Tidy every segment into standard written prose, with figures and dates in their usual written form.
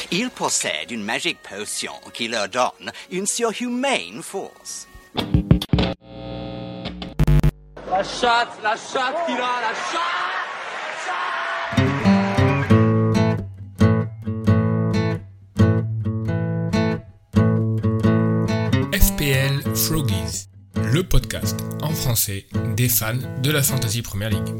Ils possèdent une magique potion qui leur donne une surhumaine force. La chatte, Kira, la chatte! FPL Froggies, le podcast en français des fans de la Fantasy Premier League.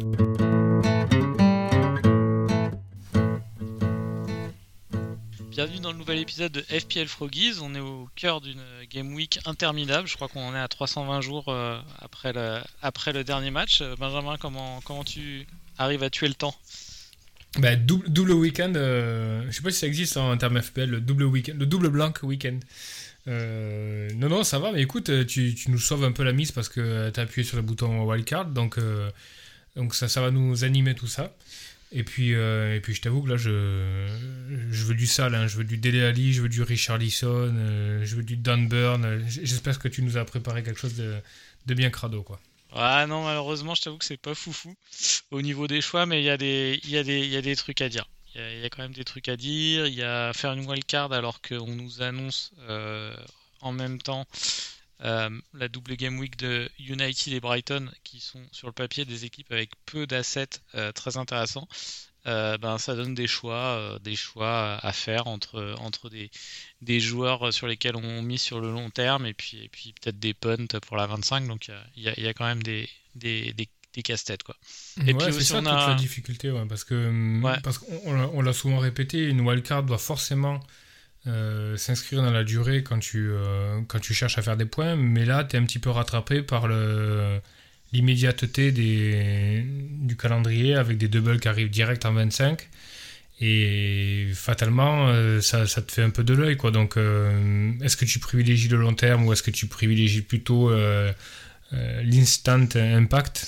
Bienvenue dans le nouvel épisode de FPL Froggies. On est au cœur d'une Game Week interminable. Je crois qu'on en est à 320 jours après le dernier match. Benjamin, comment tu arrives à tuer le temps ? Double week-end, je sais pas si ça existe en termes FPL, le double blank week-end. Non, ça va, mais écoute, tu nous sauves un peu la mise parce que tu as appuyé sur le bouton wildcard, donc ça va nous animer tout ça. Et puis je t'avoue que là, je veux du sale, hein. Je veux du Dele Alli, je veux du Richarlison, je veux du Dan Burn. J'espère que tu nous as préparé quelque chose de bien crado, quoi. Ah non, malheureusement, je t'avoue que c'est pas foufou au niveau des choix, mais il y a des trucs à dire. Il y a quand même des trucs à dire. Il y a faire une wildcard alors qu'on nous annonce en même temps la double game week de United et Brighton, qui sont sur le papier des équipes avec peu d'assets très intéressants. Ça donne des choix à faire entre des joueurs sur lesquels on mise sur le long terme et puis peut-être des punts pour la 25. Donc il y a quand même des casse-têtes, quoi. Et puis aussi, c'est ça toute la difficulté, parce qu'on l'a souvent répété, une wildcard doit forcément s'inscrire dans la durée quand tu cherches à faire des points, mais là tu es un petit peu rattrapé par l'immédiateté du calendrier avec des doubles qui arrivent direct en 25 et fatalement ça te fait un peu de l'œil, quoi. Donc est-ce que tu privilégies le long terme ou est-ce que tu privilégies plutôt l'instant impact?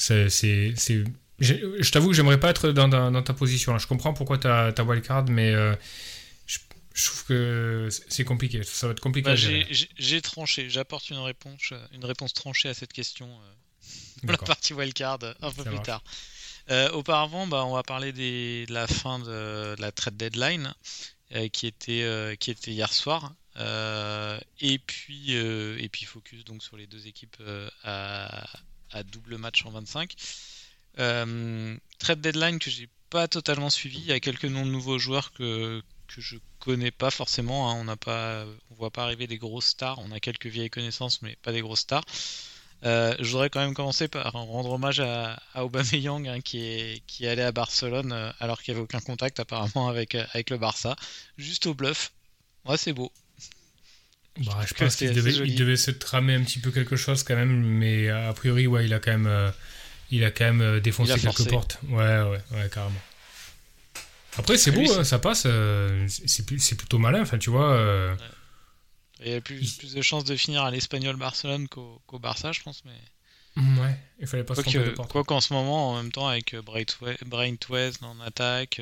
Je t'avoue que j'aimerais pas être dans ta position là. Je comprends pourquoi t'as wildcard, mais je trouve que c'est compliqué. Ça va être compliqué. J'ai tranché. J'apporte une réponse tranchée à cette question pour la partie wildcard un peu plus tard. Auparavant, on va parler de la fin de la trade deadline qui était hier soir. Et puis focus donc sur les deux équipes à double match en 25. Trade deadline que j'ai pas totalement suivi. Il y a quelques noms de nouveaux joueurs que je connais pas forcément, hein. On voit pas arriver des grosses stars. On a quelques vieilles connaissances, mais pas des grosses stars. Je voudrais quand même commencer par rendre hommage à Aubameyang, hein, qui est allé à Barcelone alors qu'il n'y avait aucun contact apparemment avec le Barça, juste au bluff. Ouais, c'est beau. Je pense qu'il devait se tramer un petit peu quelque chose quand même, mais a priori, il a quand même défoncé quelques portes. Ouais, carrément. Après, c'est beau, ça passe, c'est plutôt malin, enfin, tu vois. Il y a plus de chances de finir à l'Espagnol Barcelone qu'au Barça, je pense, mais... Ouais, il fallait pas se tromper de porte. Quoi qu'en ce moment, en même temps, avec Brent West en attaque...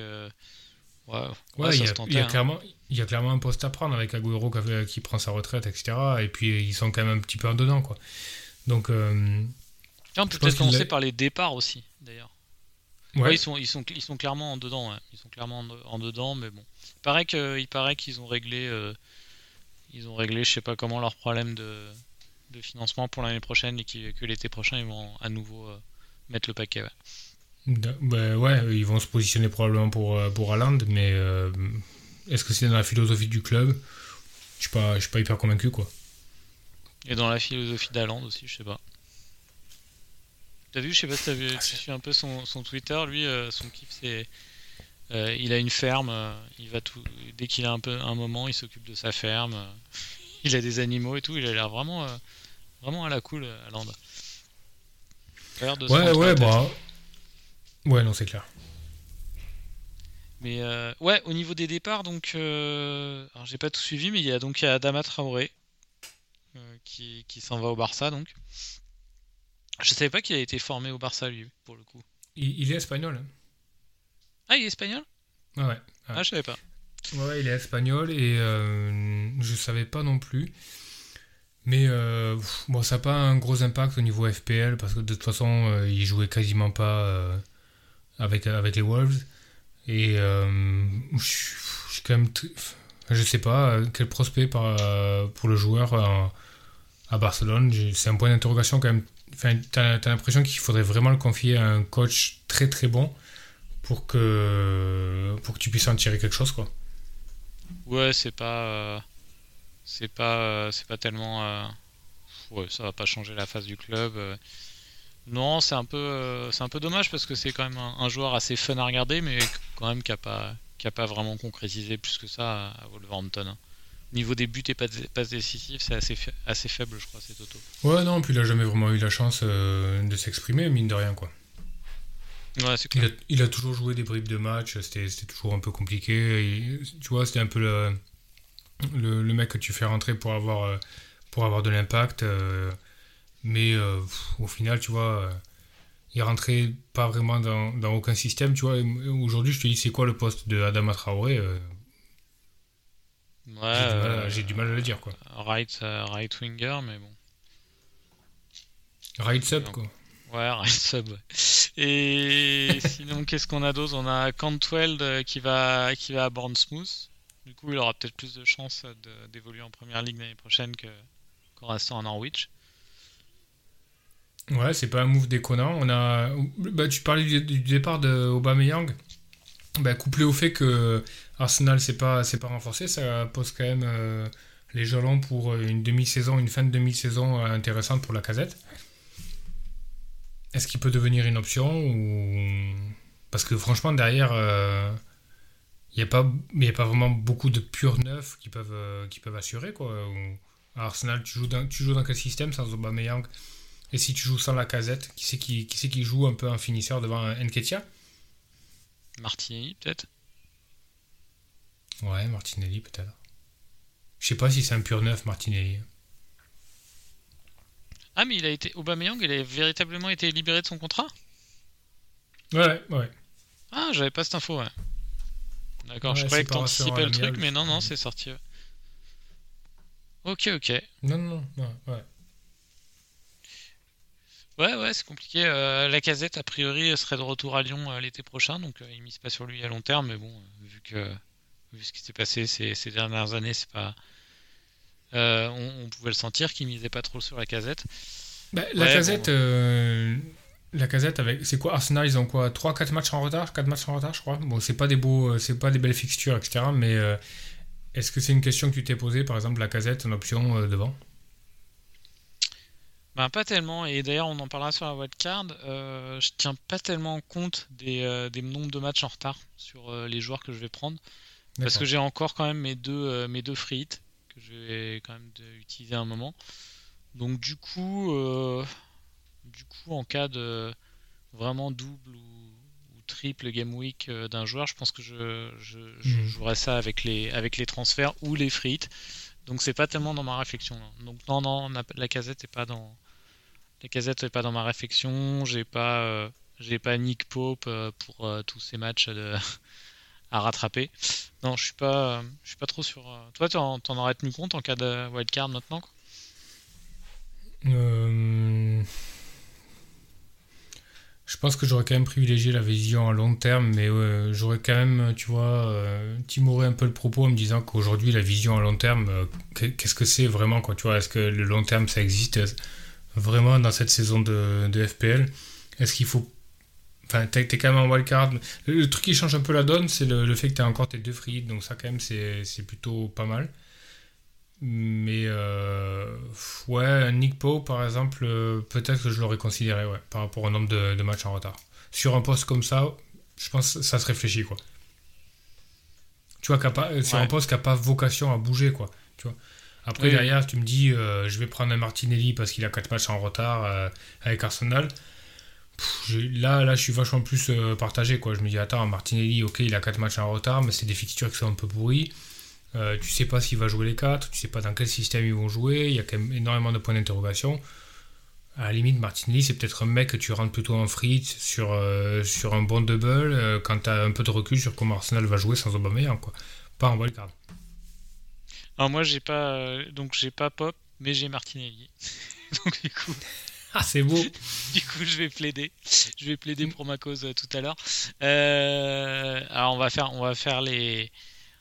il y a clairement un poste à prendre avec Agüero qui prend sa retraite, etc. Et puis ils sont quand même un petit peu en dedans, quoi. Donc, on peut peut-être commencer par les départs aussi, d'ailleurs. Ouais. Ils sont clairement en dedans. Ouais. Ils sont clairement en dedans, mais bon. Il paraît qu'ils ont réglé, je sais pas comment, leur problème de financement pour l'année prochaine et que l'été prochain ils vont à nouveau mettre le paquet. Ouais. Ils vont se positionner probablement pour Haaland, mais est-ce que c'est dans la philosophie du club ? Je suis pas hyper convaincu, quoi. Et dans la philosophie d'Haaland aussi, je sais pas. T'as vu, je sais pas si tu suis un peu son Twitter, lui, son kiff c'est il a une ferme, il va tout, dès qu'il a un moment, il s'occupe de sa ferme, il a des animaux et tout, il a l'air vraiment à la cool, Haaland. Ouais, non, c'est clair. Mais au niveau des départs, donc, alors j'ai pas tout suivi, mais il y a Adama Traoré qui s'en va au Barça, donc. Je savais pas qu'il a été formé au Barça, lui, pour le coup. Il est espagnol. Hein. Ah, il est espagnol ? Ouais. Ah, je savais pas. Ouais, il est espagnol et je savais pas non plus. Mais ça n'a pas un gros impact au niveau FPL parce que de toute façon, il jouait quasiment pas avec les Wolves. Et je suis quand même... Je sais pas quel prospect pour le joueur à Barcelone. C'est un point d'interrogation quand même. Enfin, t'as l'impression qu'il faudrait vraiment le confier à un coach très très bon pour que tu puisses en tirer quelque chose, quoi. Ouais, c'est pas tellement. Ouais, ça va pas changer la face du club. Non, c'est un peu dommage parce que c'est quand même un joueur assez fun à regarder, mais quand même qui a pas vraiment concrétisé plus que ça à Wolverhampton, hein. Niveau des buts et passes décisives, c'est assez faible, je crois, c'est Toto. Ouais, non, puis il a jamais vraiment eu la chance de s'exprimer, mine de rien, quoi. Ouais, c'est clair. Il a toujours joué des bribes de match, c'était toujours un peu compliqué. Tu vois, c'était un peu le mec que tu fais rentrer pour avoir de l'impact. Mais au final, tu vois, il rentrait pas vraiment dans aucun système. Tu vois, aujourd'hui, je te dis, c'est quoi le poste de Adama Traoré? Ouais, j'ai du mal à le dire, quoi. Right winger, mais bon. Right sub, quoi. Ouais, right sub, ouais. Et sinon, qu'est-ce qu'on a d'autre? On a Cantwell qui va à Bournemouth. Du coup, il aura peut-être plus de chances d'évoluer en première ligue l'année prochaine qu'en restant à Norwich. Ouais, c'est pas un move déconnant. Tu parlais du départ de Aubameyang. Couplé au fait que Arsenal c'est pas renforcé, ça pose quand même les jalons pour une fin de demi-saison intéressante pour Lacazette. Est-ce qu'il peut devenir une option ou... Parce que franchement derrière il n'y a pas vraiment beaucoup de purs neufs qui peuvent assurer, quoi. À Arsenal, tu joues dans quel système sans Aubameyang? Et si tu joues sans Lacazette, qui c'est qui joue un peu un finisseur devant Nketiah? Martinelli, peut-être. Ouais, Martinelli, peut-être. Je sais pas si c'est un pur neuf, Martinelli. Ah, mais Aubameyang, il a véritablement été libéré de son contrat? Ouais. Ah, j'avais pas cette info, ouais. D'accord, Ouais, je croyais que t'anticipais le truc, amiable, mais non, c'est sorti. Ok. Non, ouais. Ouais, c'est compliqué. Lacazette, a priori, serait de retour à Lyon l'été prochain, donc il mise pas sur lui à long terme, mais bon, vu ce qui s'est passé ces dernières années, c'est pas. On pouvait le sentir qu'il misait pas trop sur Lacazette. Lacazette, Lacazette avec. C'est quoi, Arsenal, ils ont quoi, 3-4 matchs en retard? 4 matchs en retard, je crois. Bon, c'est pas des belles fixtures, etc. Mais est-ce que c'est une question que tu t'es posée, par exemple, Lacazette en option devant? Pas tellement, et d'ailleurs on en parlera sur la wildcard. Je tiens pas tellement compte des nombres de matchs en retard sur les joueurs que je vais prendre. Parce que j'ai encore quand même mes deux free hits que je vais quand même utiliser à un moment. Donc du coup en cas de vraiment double ou triple game week d'un joueur, je pense que je jouerai ça avec les transferts ou les free hits. Donc c'est pas tellement dans ma réflexion, là. Donc non, Lacazette est pas dans ma réflexion. J'ai pas Nick Pope pour tous ces matchs à rattraper. Non, je suis pas trop sur. Toi, t'en aurais tenu compte en cas de wildcard maintenant, quoi? Je pense que j'aurais quand même privilégié la vision à long terme, mais j'aurais quand même, tu vois, timoré un peu le propos en me disant qu'aujourd'hui, la vision à long terme, qu'est-ce que c'est vraiment, quoi, tu vois? Est-ce que le long terme, ça existe vraiment dans cette saison de FPL? Est-ce qu'il faut... Enfin, t'es quand même en wildcard. Le truc qui change un peu la donne, c'est le fait que t'as encore tes deux free hits, donc ça, quand même, c'est plutôt pas mal. Mais ouais, Nick Pope par exemple, peut-être que je l'aurais considéré, ouais, par rapport au nombre de matchs en retard. Sur un poste comme ça, je pense que ça se réfléchit, quoi. Tu vois, sur un poste qui n'a pas vocation à bouger, quoi. Tu vois. Après, derrière, tu me dis, je vais prendre un Martinelli parce qu'il a 4 matchs en retard avec Arsenal. Là, je suis vachement plus partagé, quoi. Je me dis, attends, Martinelli, ok, il a 4 matchs en retard, mais c'est des fixtures qui sont un peu pourries. Tu sais pas s'il va jouer les 4, tu sais pas dans quel système ils vont jouer, il y a quand même énormément de points d'interrogation. À la limite, Martinelli, c'est peut-être un mec que tu rentres plutôt en free sur un bon double quand tu as un peu de recul sur comment Arsenal va jouer sans Aubameyang, quoi. Pas en wildcard. Alors moi, j'ai pas Pop, mais j'ai Martinelli. Donc du coup... Ah, c'est beau. Du coup, je vais plaider pour ma cause tout à l'heure. Alors on va faire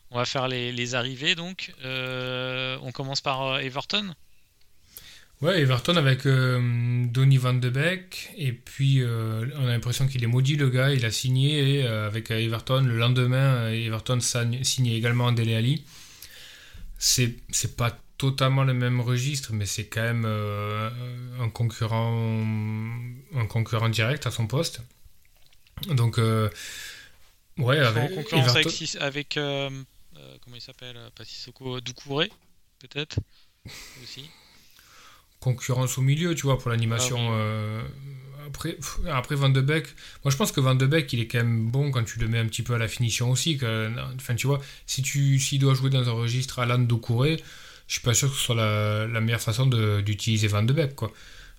On va faire les arrivées, donc. On commence par Everton. Ouais, Everton avec Donny van de Beek, et puis on a l'impression qu'il est maudit, le gars. Il a signé et, avec Everton. Le lendemain, Everton signe également Dele Alli. C'est pas totalement le même registre, mais c'est quand même un concurrent direct à son poste. Donc, ouais, En concurrence Everton... avec comment il s'appelle, pas Sissoko, Doucouré, peut-être aussi. Concurrence au milieu, tu vois, pour l'animation. Après Van de Beek, moi je pense que Van de Beek il est quand même bon quand tu le mets un petit peu à la finition aussi. Enfin, tu vois, s'il doit jouer dans un registre Alan Doucouré, je suis pas sûr que ce soit la meilleure façon d'utiliser Van de Beek, quoi.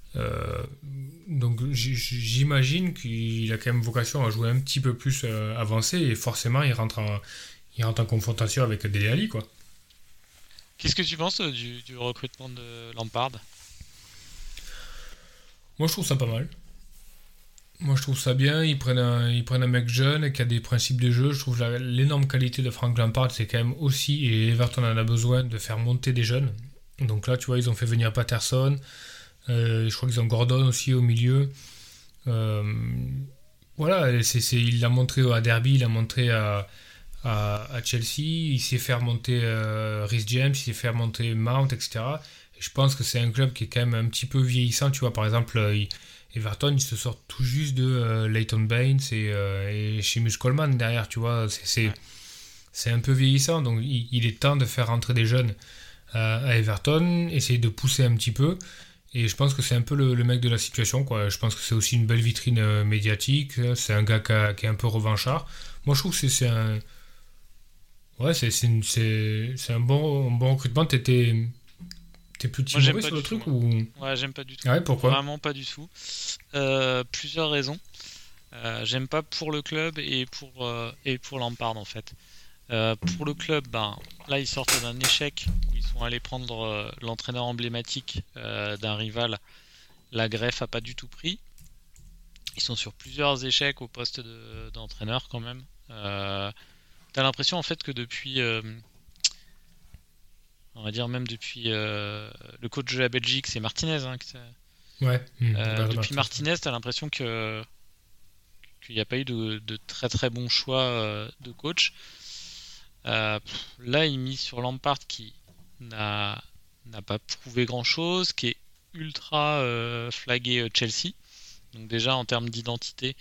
Donc j'imagine qu'il a quand même vocation à jouer un petit peu plus avancé, et forcément il rentre en confrontation avec Dele Alli, quoi. Qu'est-ce que tu penses du recrutement de Lampard? Moi je trouve ça pas mal. Moi je trouve ça bien. Ils prennent un mec jeune qui a des principes de jeu. Je trouve l'énorme qualité de Frank Lampard, c'est quand même aussi, et Everton en a besoin, de faire monter des jeunes. Donc là tu vois, ils ont fait venir Patterson. Je crois qu'ils ont Gordon aussi au milieu. Voilà, il l'a montré à Derby, il l'a montré à Chelsea. Il sait faire monter Reece James, il sait faire monter Mount, etc. Et je pense que c'est un club qui est quand même un petit peu vieillissant. Tu vois, par exemple, Everton, ils se sortent tout juste de Leighton Baines et Seamus Coleman derrière. Tu vois, c'est un peu vieillissant. Donc il est temps de faire rentrer des jeunes à Everton, essayer de pousser un petit peu. Et je pense que c'est un peu le mec de la situation, quoi. Je pense que c'est aussi une belle vitrine médiatique. C'est un gars qui est un peu revanchard. Moi, je trouve que c'est un... Ouais, c'est un bon recrutement. T'es plus timoré sur le truc ou... Ouais, j'aime pas du tout. Ah ouais, pourquoi? Vraiment pas du tout. Plusieurs raisons. J'aime pas pour le club et pour Lampard, en fait. Pour le club, là ils sortent d'un échec où ils sont allés prendre l'entraîneur emblématique d'un rival. La greffe a pas du tout pris. Ils sont sur plusieurs échecs au poste d'entraîneur quand même. T'as l'impression en fait que depuis, on va dire même depuis le coach de la Belgique, c'est Martinez. Ouais. Depuis Martinez, t'as l'impression qu'il n'y a pas eu de très très bons choix de coach. Là, il mise sur Lampard qui n'a pas prouvé grand chose, qui est ultra flagué Chelsea. Donc déjà en termes d'identité,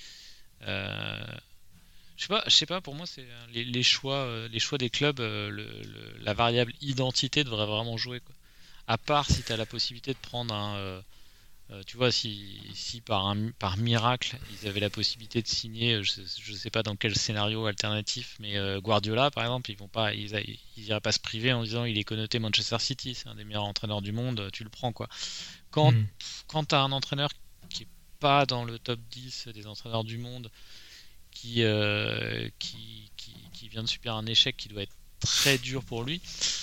je sais pas. Pour moi, c'est les choix des clubs, la variable identité devrait vraiment jouer, quoi. À part si tu as la possibilité de prendre tu vois, si par miracle ils avaient la possibilité de signer, je sais pas dans quel scénario alternatif, mais Guardiola par exemple, ils iraient pas se priver en disant il est connoté Manchester City, c'est un des meilleurs entraîneurs du monde, tu le prends, quoi. Quand t'as un entraîneur qui est pas dans le top 10 des entraîneurs du monde, qui vient de subir un échec qui doit être très dur pour lui,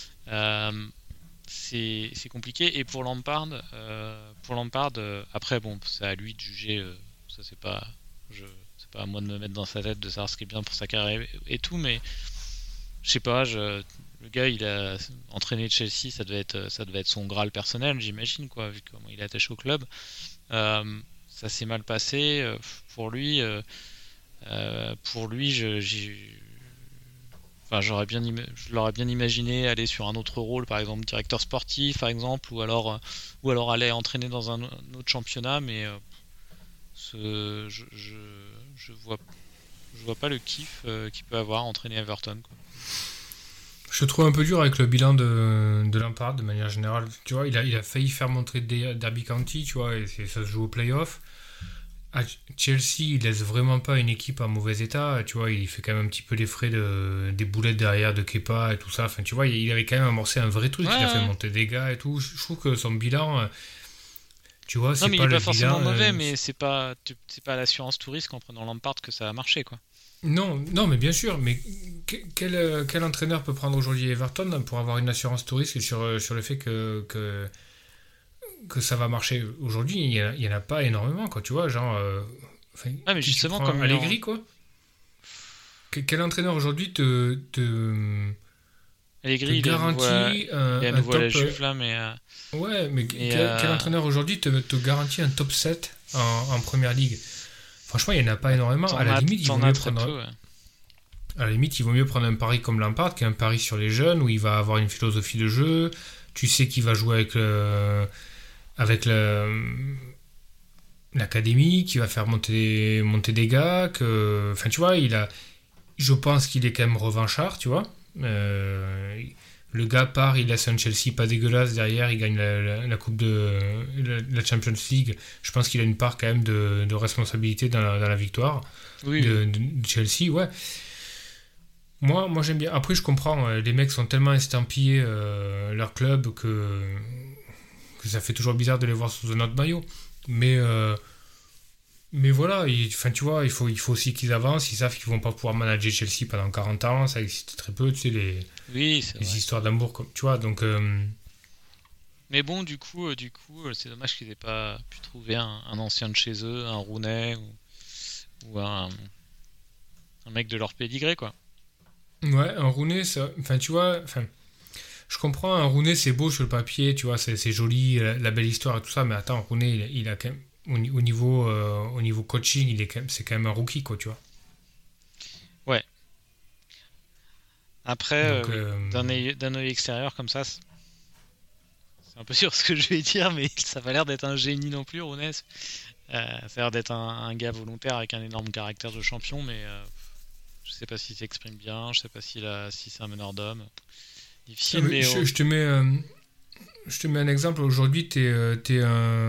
c'est compliqué. Et pour Lampard, après bon, c'est à lui de juger. Ça c'est pas à moi de me mettre dans sa tête de savoir ce qui est bien pour sa carrière et tout, mais je sais pas. Le gars, il a entraîné Chelsea, ça devait être son Graal personnel, j'imagine, quoi, vu comment il est attaché au club. Ça s'est mal passé pour lui. Je l'aurais bien imaginé aller sur un autre rôle, par exemple directeur sportif, par exemple, ou alors aller entraîner dans un autre championnat, mais je vois pas le kiff qu'il peut avoir entraîner Everton, quoi. Je trouve un peu dur avec le bilan de Lampard de manière générale. Tu vois, il a failli faire montrer Derby County, tu vois, et ça se joue au play-off. À Chelsea, il laisse vraiment pas une équipe en mauvais état. Tu vois, il fait quand même un petit peu les frais des boulettes derrière de Kepa et tout ça. Enfin, tu vois, il avait quand même amorcé un vrai truc. Il a fait monter des gars et tout. Je trouve que son bilan, tu vois, c'est pas le bilan. Non, mais il est pas forcément mauvais, mais c'est pas à l'assurance tout risque en prenant Lampard que ça a marché, quoi. Non, mais bien sûr. Mais quel entraîneur peut prendre aujourd'hui Everton pour avoir une assurance tout risque sur le fait que ça va marcher aujourd'hui? Il y en a pas énormément, quoi, tu vois, genre mais justement, comme Allegri, quoi. Quel entraîneur aujourd'hui te Allegri, garantit il est à nouveau à la top. Juve là, mais. Ouais, mais quel entraîneur aujourd'hui te garantit un top 7 en première ligue? Franchement, il n'y en a pas énormément. À la limite, il vaut mieux prendre. À la limite, il vaut mieux prendre un pari comme Lampard, qui est un pari sur les jeunes, où il va avoir une philosophie de jeu. Tu sais qu'il va jouer avec l'académie, qui va faire monter des gars. Enfin, tu vois, je pense qu'il est quand même revanchard, tu vois. Le gars part, il laisse un Chelsea pas dégueulasse derrière, il gagne la coupe la Champions League. Je pense qu'il a une part quand même de responsabilité dans la victoire de Chelsea, ouais. Moi j'aime bien. Après, je comprends, les mecs sont tellement estampillés leur club que ça fait toujours bizarre de les voir sous un autre maillot. Mais voilà, tu vois, il faut aussi qu'ils avancent. Ils savent qu'ils vont pas pouvoir manager Chelsea pendant 40 ans. Ça existe très peu, tu sais, les histoires d'amour, tu vois. Donc, mais bon, du coup, c'est dommage qu'ils aient pas pu trouver un ancien de chez eux, un Rooney ou un mec de leur pédigré, quoi. Ouais, un Rooney, ça, enfin, tu vois, je comprends, un Rooney, c'est beau sur le papier, tu vois, c'est joli, la belle histoire et tout ça, mais attends, Rooney, il a quand même, au niveau coaching, c'est quand même un rookie, quoi, tu vois. Ouais. Après, donc, d'un œil extérieur comme ça, c'est un peu sûr ce que je vais dire, mais ça a pas l'air d'être un génie non plus, Rooney. Ça a l'air d'être un gars volontaire avec un énorme caractère de champion, mais je sais pas s'il s'exprime bien, je sais pas si c'est un meneur d'homme. Difficile, mais je te mets un exemple. Aujourd'hui, t'es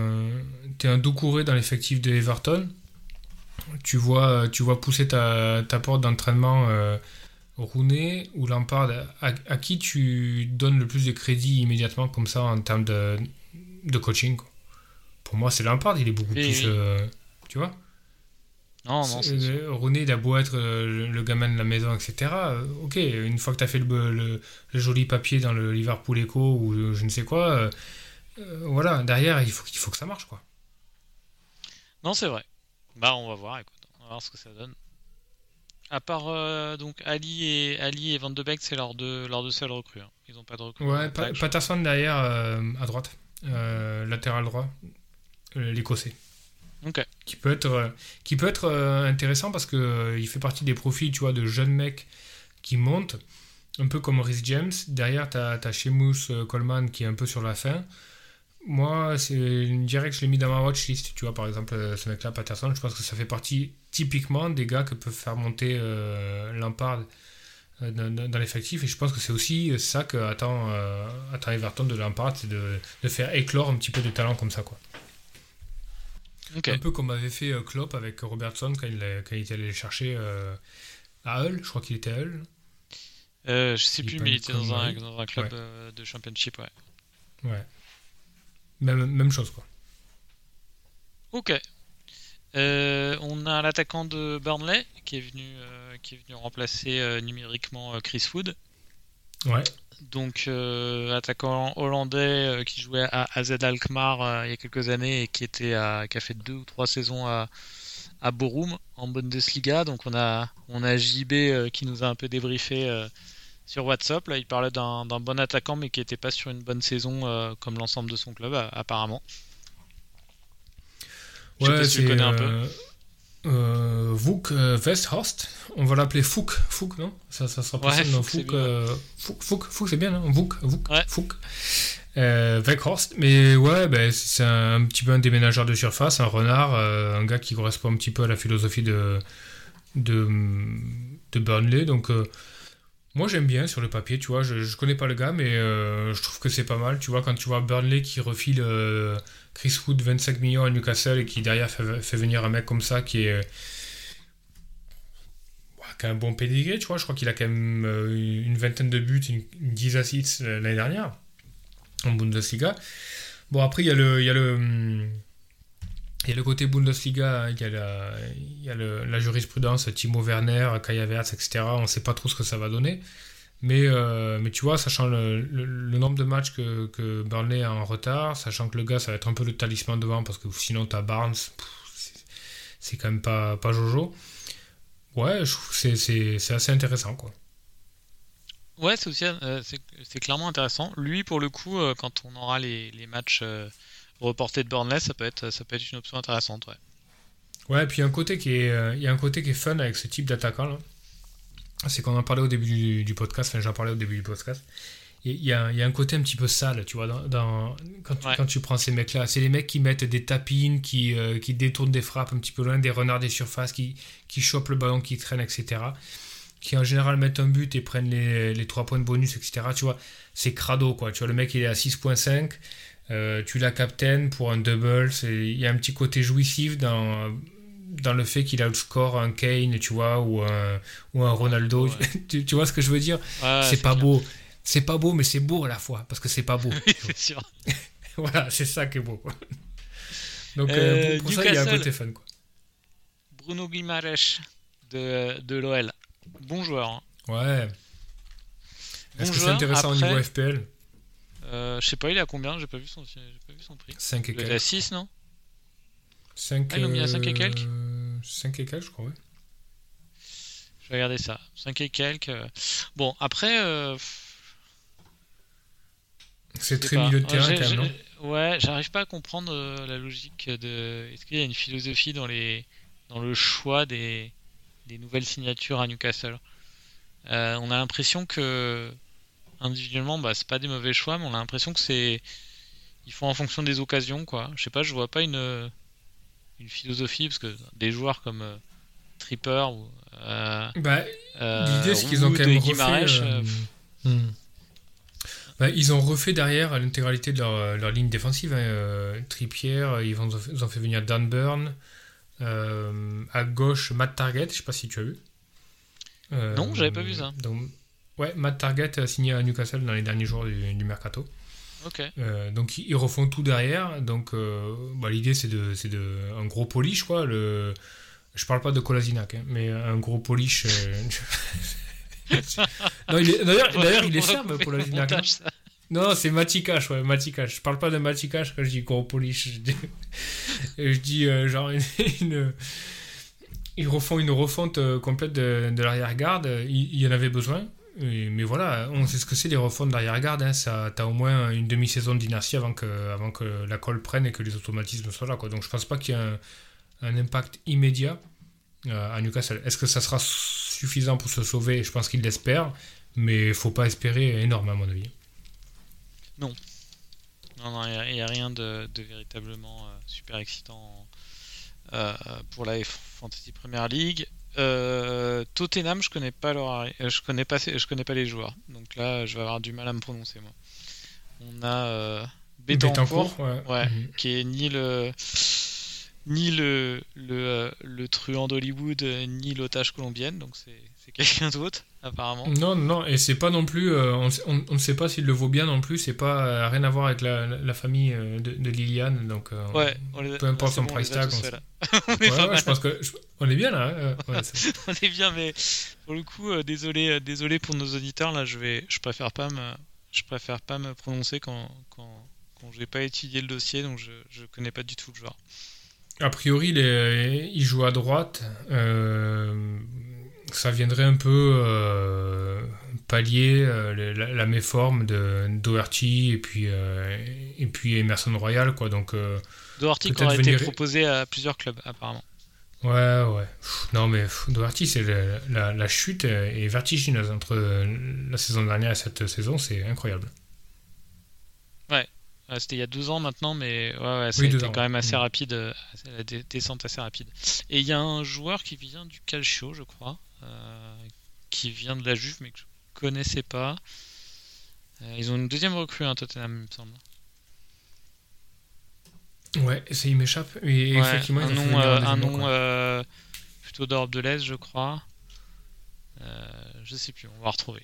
un Doucouré dans l'effectif de Everton. Tu vois pousser ta porte d'entraînement Rooney ou Lampard. À qui tu donnes le plus de crédit immédiatement comme ça en termes de coaching, quoi. Pour moi, c'est Lampard. Il est beaucoup plus... tu vois. Non, c'est sûr. Rooney, il a beau être le gamin de la maison, etc. Ok, une fois que tu as fait le joli papier dans le Liverpool Echo ou je ne sais quoi, voilà, derrière, il faut que ça marche, quoi. Non, c'est vrai. Bah, on va voir, écoute. On va voir ce que ça donne. À part donc Ali et Van de Beek, c'est leurs deux seuls recrues. Hein. Ils n'ont pas de recrues. Ouais, Patterson derrière, à droite, latéral droit, l'Écossais. Okay. Qui peut être intéressant parce que il fait partie des profils, tu vois, de jeunes mecs qui montent, un peu comme Reece James. Derrière, t'as Seamus Coleman qui est un peu sur la fin. Moi, je dirais que je l'ai mis dans ma watchlist, tu vois, par exemple, ce mec-là, Patterson. Je pense que ça fait partie typiquement des gars que peuvent faire monter Lampard dans l'effectif, et je pense que c'est aussi ça que attend Everton de Lampard, c'est de faire éclore un petit peu de talent comme ça, quoi. Okay. Un peu comme avait fait Klopp avec Robertson quand il était allé le chercher à Hull. Je crois qu'il était à Hull. Je sais plus, mais il était dans un club de championship, ouais. Ouais. Même chose, quoi. Ok. On a l'attaquant de Burnley qui est venu remplacer numériquement Chris Wood. Ouais. Donc attaquant hollandais qui jouait à AZ Alkmaar il y a quelques années et qui a fait 2 ou 3 saisons à Bochum en Bundesliga. Donc on a JB qui nous a un peu débriefé sur WhatsApp. Là, il parlait d'un bon attaquant mais qui n'était pas sur une bonne saison comme l'ensemble de son club apparemment. Je sais pas si tu le connais un peu. Wouk Weghorst, on va l'appeler Fouk, non? Ça sera pas ça, non? Fouk, c'est bien, non? Fouk. Weghorst, mais ouais, c'est un petit peu un déménageur de surface, un renard, un gars qui correspond un petit peu à la philosophie de Burnley, donc moi j'aime bien sur le papier, tu vois, je connais pas le gars, mais je trouve que c'est pas mal, tu vois, quand tu vois Burnley qui refile Chris Wood 25 millions à Newcastle et qui derrière fait venir un mec comme ça qui a un bon pédigré, tu vois, je crois qu'il a quand même une vingtaine de buts, une 10 assists l'année dernière en Bundesliga. Bon, après il y a le côté Bundesliga, il y a la jurisprudence, Timo Werner, Kai Havertz, etc. On ne sait pas trop ce que ça va donner. Mais tu vois, sachant le nombre de matchs que Burnley a en retard, sachant que le gars, ça va être un peu le talisman devant, parce que sinon, t'as Barnes, c'est quand même pas Jojo. Ouais, je trouve que c'est assez intéressant, quoi. Ouais, c'est aussi c'est clairement intéressant. Lui, pour le coup, quand on aura les matchs reportés de Burnley, ça peut être une option intéressante, ouais. Ouais, et puis il y a un côté qui est fun avec ce type d'attaquant là. C'est qu'on en parlait au début du podcast, enfin j'en parlais au début du podcast. Il y a un côté un petit peu sale, tu vois, quand tu prends ces mecs-là. C'est les mecs qui mettent des tapines, qui détournent des frappes un petit peu loin, des renards des surfaces, qui chopent le ballon, qui traînent, etc. Qui en général mettent un but et prennent les 3 points de bonus, etc. Tu vois, c'est crado, quoi. Tu vois, le mec, il est à 6.5, tu l'as captain pour un double. Il y a un petit côté jouissif dans le fait qu'il outscore un Kane, tu vois, ou un Ronaldo. Ouais. tu vois ce que je veux dire? C'est pas beau. C'est pas beau, mais c'est beau à la fois, parce que c'est pas beau. Oui, c'est sûr. Voilà, c'est ça qui est beau, quoi. Donc, pour ça, il y a un côté fun, quoi. Bruno Guimaraes de l'OL. Bon joueur. Hein. Ouais. Est-ce que c'est intéressant après, au niveau FPL? Je sais pas, il est à combien? J'ai pas vu son prix. 5 et quelques. Il est à 6, non? 5 ils l'ont mis à 5 et quelques 5 et quelques, je crois, ouais. Je vais regarder ça. 5 et quelques. Bon, après... c'est très milieu de terrain, quand même, non? Ouais, j'arrive pas à comprendre la logique de... Est-ce qu'il y a une philosophie dans le choix des nouvelles signatures à Newcastle? On a l'impression que individuellement, c'est pas des mauvais choix, mais on a l'impression que ils font en fonction des occasions, quoi. Je sais pas, je vois pas une philosophie, parce que des joueurs comme Tripper ou l'idée c'est qu'ils ont quand même refait ils ont refait derrière l'intégralité de leur ligne défensive, hein. Trippier, ils ont fait venir Dan Burn, à gauche Matt Target, je sais pas si tu as vu. Non, j'avais pas vu ça. Donc, ouais, Matt Target a signé à Newcastle dans les derniers jours du mercato. Ok. Donc ils refont tout derrière. Donc l'idée c'est un gros polish, quoi. Je parle pas de Kolasinac, hein, mais un gros polish. Non, d'ailleurs il est ferme, Kolasinac. Non, c'est Matikash, ouais, Matikash. Je parle pas de Matikash quand je dis gros polish. Je dis genre ils refont une refonte complète de l'arrière-garde. Il y en avait besoin. Mais voilà, on sait ce que c'est les refontes d'arrière-garde. Hein. T'as au moins une demi-saison d'inertie avant que la colle prenne et que les automatismes soient là, quoi. Donc je pense pas qu'il y ait un impact immédiat à Newcastle. Est-ce que ça sera suffisant pour se sauver? Je pense qu'ils l'espèrent, mais il faut pas espérer énorme à mon avis. Non, il n'y a rien de véritablement super excitant pour la Fantasy Premier League. Tottenham, je connais pas les joueurs, donc là je vais avoir du mal à me prononcer, moi. On a Betancourt, ouais, qui est ni le truand d'Hollywood, ni l'otage colombienne, donc c'est quelqu'un d'autre apparemment. Non, et c'est pas non plus, on ne sait pas s'il le vaut bien non plus. C'est pas rien à voir avec la famille de Liliane, donc peu importe son price tag. Je pense que on est bien là. Hein. On est bien, mais pour le coup, désolé pour nos auditeurs là. Je préfère pas me prononcer quand j'ai pas étudié le dossier, donc je connais pas du tout le joueur. A priori, il joue à droite. Ça viendrait un peu pallier la méforme de Doherty et puis Emerson Royal, quoi. Donc Doherty qui aurait été proposé à plusieurs clubs apparemment. Ouais. Non mais Doherty, c'est la chute est vertigineuse entre la saison dernière et cette saison, c'est incroyable. Ouais. C'était il y a 2 ans maintenant, mais ça a été quand même assez rapide, la descente assez rapide. Et il y a un joueur qui vient du Calcio, je crois, qui vient de la Juve, mais que je ne connaissais pas. Ils ont une deuxième recrue, Tottenham, il me semble. Ouais, ça il m'échappe. Et effectivement, un nom plutôt d'Europe de l'Est, je crois. Je sais plus, on va retrouver.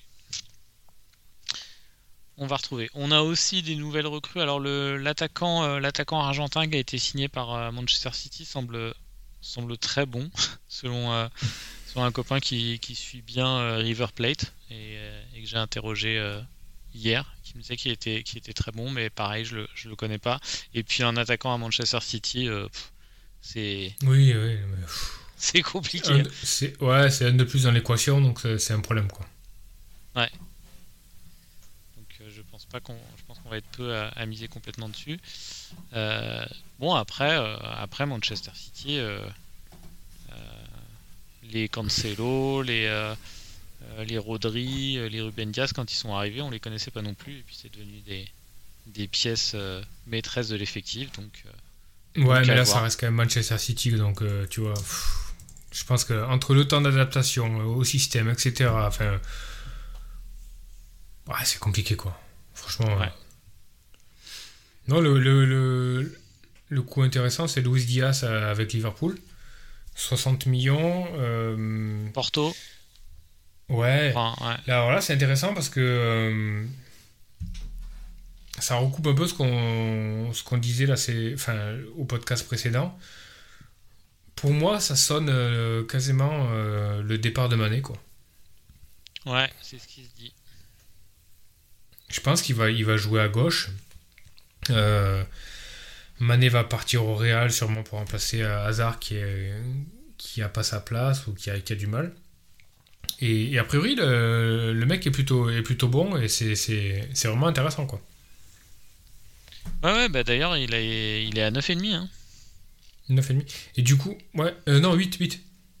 On a aussi des nouvelles recrues. Alors l'attaquant argentin qui a été signé par Manchester City semble très bon selon un copain qui suit bien River Plate et que j'ai interrogé hier, qui me disait qu'il était très bon, mais pareil, je le connais pas. Et puis un attaquant à Manchester City, c'est mais... c'est compliqué. C'est un de plus dans l'équation, donc c'est un problème, quoi. Ouais. pense qu'on va être peu à miser complètement dessus. Bon, après Manchester City, les Cancelo, les Rodri, les Ruben Dias, quand ils sont arrivés, on les connaissait pas non plus, et puis c'est devenu des pièces maîtresses de l'effectif. Donc, mais là, ça reste quand même Manchester City, donc tu vois, je pense que entre le temps d'adaptation au système, etc., enfin, c'est compliqué, quoi. Franchement. Ouais. Non, le coup intéressant, c'est Luis Diaz avec Liverpool. 60 millions. Porto. Ouais. Enfin, ouais. Là, alors là, c'est intéressant parce que ça recoupe un peu ce qu'on disait là, au podcast précédent. Pour moi, ça sonne quasiment le départ de Mané, quoi. Ouais, c'est ce qui se dit. Je pense qu'il va jouer à gauche. Mané va partir au Real sûrement pour remplacer Hazard qui a pas sa place ou qui a du mal. Et a priori le mec est plutôt bon et c'est vraiment intéressant, quoi. Ouais, bah d'ailleurs il est à 9,5 hein. 9,5. Et du coup, non, 8.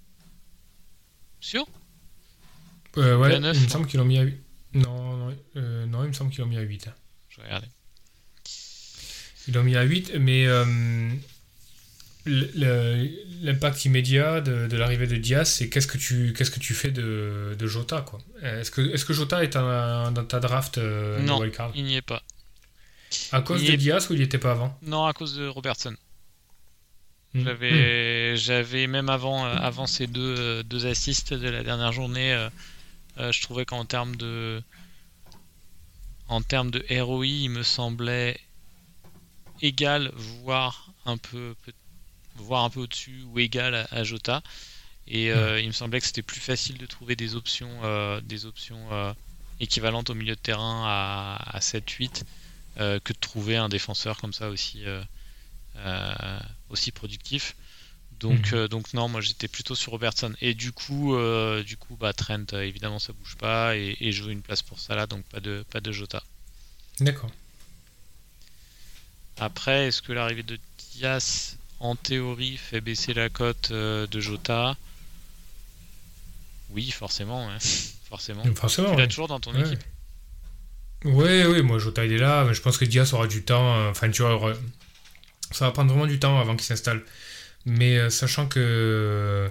Sûr? Ouais, 9, il me semble qu'ils l'ont mis à 8. Non, il me semble qu'ils l'ont mis à 8. Je vais regarder. Ils l'ont mis à 8, mais l'impact immédiat de l'arrivée de Diaz, c'est qu'est-ce que tu fais de Jota, quoi. Est-ce que Jota est dans ta draft non, wildcard? Il n'y est pas. À cause de Diaz ou il n'y était pas avant? Non, à cause de Robertson. J'avais même avant ces deux assists de la dernière journée, je trouvais qu'en termes de ROI, il me semblait égal, voire un peu au-dessus ou égal à Jota. Et il me semblait que c'était plus facile de trouver des options équivalentes au milieu de terrain à 7-8 que de trouver un défenseur comme ça aussi productif. Donc non, moi j'étais plutôt sur Robertson. Et du coup Trent, évidemment ça bouge pas et je veux une place pour ça là, donc pas de Jota. D'accord. Après, est-ce que l'arrivée de Diaz en théorie fait baisser la cote de Jota? Oui, forcément, hein. Forcément. Tu l'as toujours dans ton équipe. Oui, moi Jota il est là, mais je pense que Diaz aura du temps. Enfin, tu vois, ça va prendre vraiment du temps avant qu'il s'installe. Mais sachant que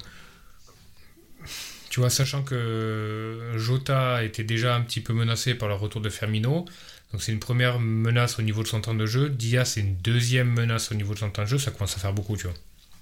Jota était déjà un petit peu menacé par le retour de Firmino, donc c'est une première menace au niveau de son temps de jeu. Diaz, c'est une deuxième menace au niveau de son temps de jeu, ça commence à faire beaucoup, tu vois.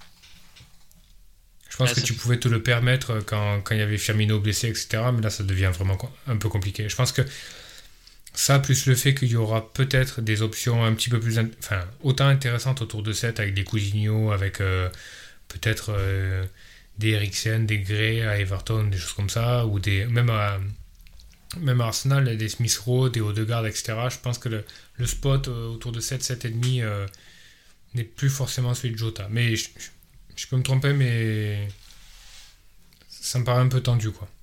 Je pense que tu pouvais te le permettre quand il y avait Firmino blessé, etc. Mais là, ça devient vraiment un peu compliqué. Je pense que ça, plus le fait qu'il y aura peut-être des options un petit peu plus... autant intéressantes autour de 7, avec des Coutinho, avec peut-être des Eriksen, des Gray à Everton, des choses comme ça, ou même à Arsenal, des Smith Rowe, des Odegaard, etc. Je pense que le spot autour de 7, 7,5 n'est plus forcément celui de Jota. Mais je peux me tromper, mais ça me paraît un peu tendu, quoi.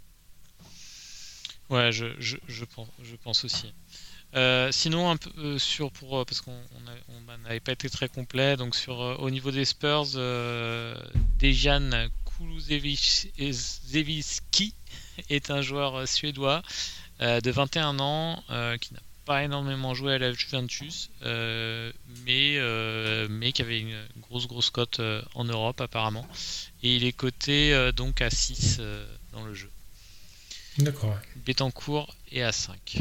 Ouais, je pense aussi. Sinon, un peu parce qu'on n'avait pas été très complet, donc au niveau des Spurs, Dejan Kulusevski est un joueur suédois de 21 ans qui n'a pas énormément joué à la Juventus, mais qui avait une grosse cote en Europe apparemment, et il est coté donc à 6 dans le jeu. D'accord. Ouais. Betancourt est à 5.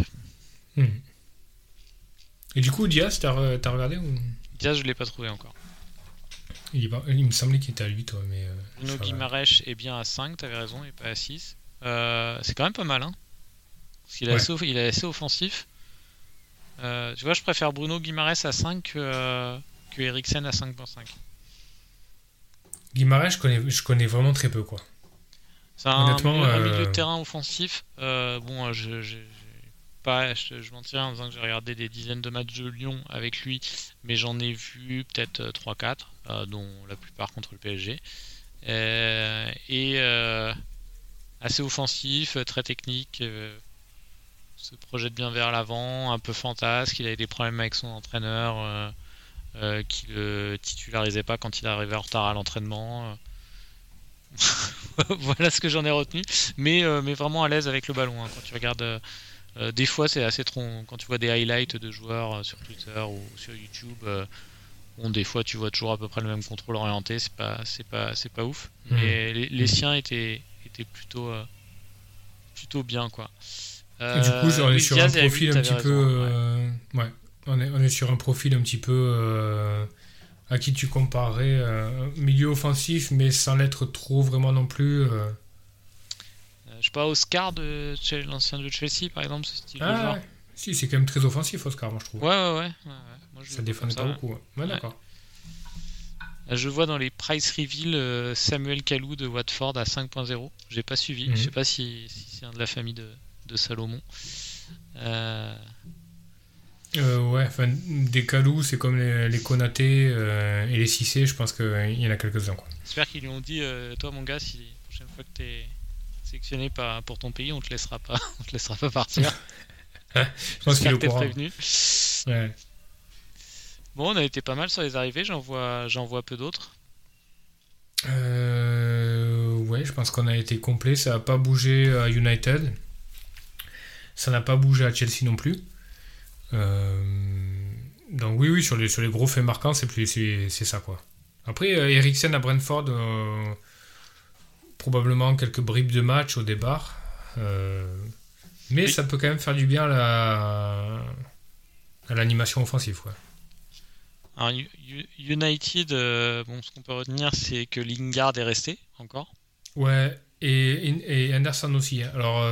Et du coup, Diaz, t'as regardé ou... Diaz, je l'ai pas trouvé encore. Il me semblait qu'il était à 8, mais... Bruno Guimaraes est bien à 5, t'avais raison, et pas à 6. C'est quand même pas mal, hein. Parce qu'il est assez offensif. Tu vois, je préfère Bruno Guimaraes à 5 que Eriksen à 5.5. Guimaraes, je connais vraiment très peu, quoi. C'est un milieu de terrain offensif. Je mentirais en disant que j'ai regardé des dizaines de matchs de Lyon avec lui, mais j'en ai vu peut-être 3-4, dont la plupart contre le PSG. Assez offensif, très technique. se projette bien vers l'avant, un peu fantasque. Il avait des problèmes avec son entraîneur qui le titularisait pas quand il arrivait en retard à l'entraînement. Voilà ce que j'en ai retenu. Mais vraiment à l'aise avec le ballon. Quand tu regardes, des fois c'est assez quand tu vois des highlights de joueurs sur Twitter ou sur YouTube. Des fois tu vois toujours à peu près le même contrôle orienté. C'est pas ouf. Mais les siens étaient plutôt bien quoi. Et du coup, on est sur un profil un petit peu. On est sur un profil un petit peu à qui tu comparais milieu offensif, mais sans l'être trop vraiment non plus. Je sais pas, Oscar de l'ancien de Chelsea par exemple, ce style de joueur. Ouais. Si, c'est quand même très offensif, Oscar, moi je trouve. Ouais. Moi, ça défendait pas beaucoup. Ouais, d'accord. Je vois dans les price reveal Samuel Kalou de Watford à 5.0. J'ai pas suivi. Je sais pas si c'est un de la famille de Salomon. Des Kalou, c'est comme les Konaté et les Cissé, je pense qu'il y en a quelques-uns. Quoi. J'espère qu'ils lui ont dit toi, mon gars, si la prochaine fois que t'es sélectionné pour ton pays, on te laissera pas partir. Je pense qu'il est au courant. Prévenu. Ouais. Bon, on a été pas mal sur les arrivées, j'en vois peu d'autres. Ouais, je pense qu'on a été complet. Ça n'a pas bougé à United. Ça n'a pas bougé à Chelsea non plus. Donc oui, sur les gros faits marquants, c'est ça quoi. Après, Eriksen à Brentford, probablement quelques bribes de match au départ. Mais ça peut quand même faire du bien à l'animation offensive quoi. Alors, United, ce qu'on peut retenir, c'est que Lingard est resté encore. Ouais, et Henderson aussi. Alors,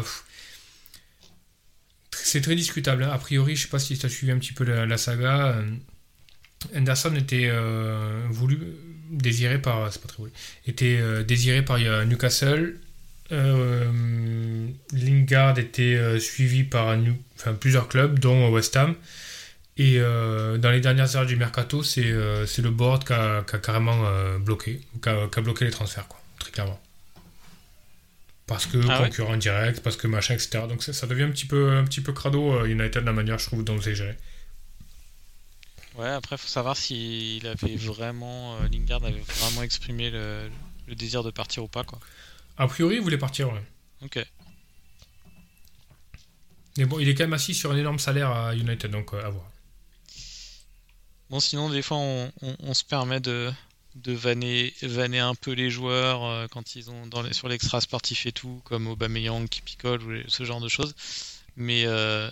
c'est très discutable. A priori, je sais pas si tu as suivi un petit peu la saga. Henderson était désiré par Newcastle. Lingard était suivi par plusieurs clubs, dont West Ham. Et dans les dernières heures du mercato, c'est le board qui a carrément bloqué les transferts, quoi, très clairement. Parce que concurrent direct, parce que machin, etc. Donc ça devient un petit peu crado United, la manière, je trouve, dont c'est géré. Ouais, après, il faut savoir si Lingard avait vraiment exprimé le désir de partir ou pas, quoi. A priori, il voulait partir, ouais. Ok. Mais bon, il est quand même assis sur un énorme salaire à United, donc à voir. Bon, sinon, des fois, on se permet de vanner un peu les joueurs quand ils ont sur l'extra sportif et tout, comme Aubameyang qui picole ou ce genre de choses. Mais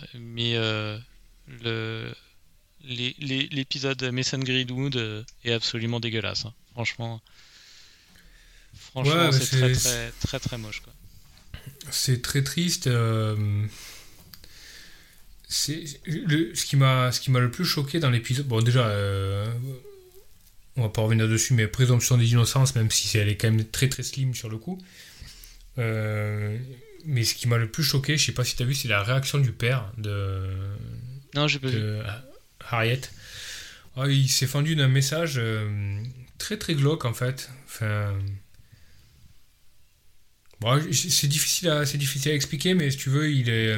l'épisode Mason Greenwood est absolument dégueulasse. Hein. Franchement, ouais, c'est très, très, très, très moche, quoi. C'est très triste. Ce qui m'a le plus choqué dans l'épisode. Bon, déjà, on va pas revenir dessus, mais présomption des innocences, même si elle est quand même très très slim sur le coup. Mais ce qui m'a le plus choqué, je sais pas si t'as vu, c'est la réaction du père Non, j'ai pas vu. Harriet. Il s'est fendu d'un message très très glauque en fait. Enfin. Bon, c'est difficile à expliquer, mais si tu veux, il est.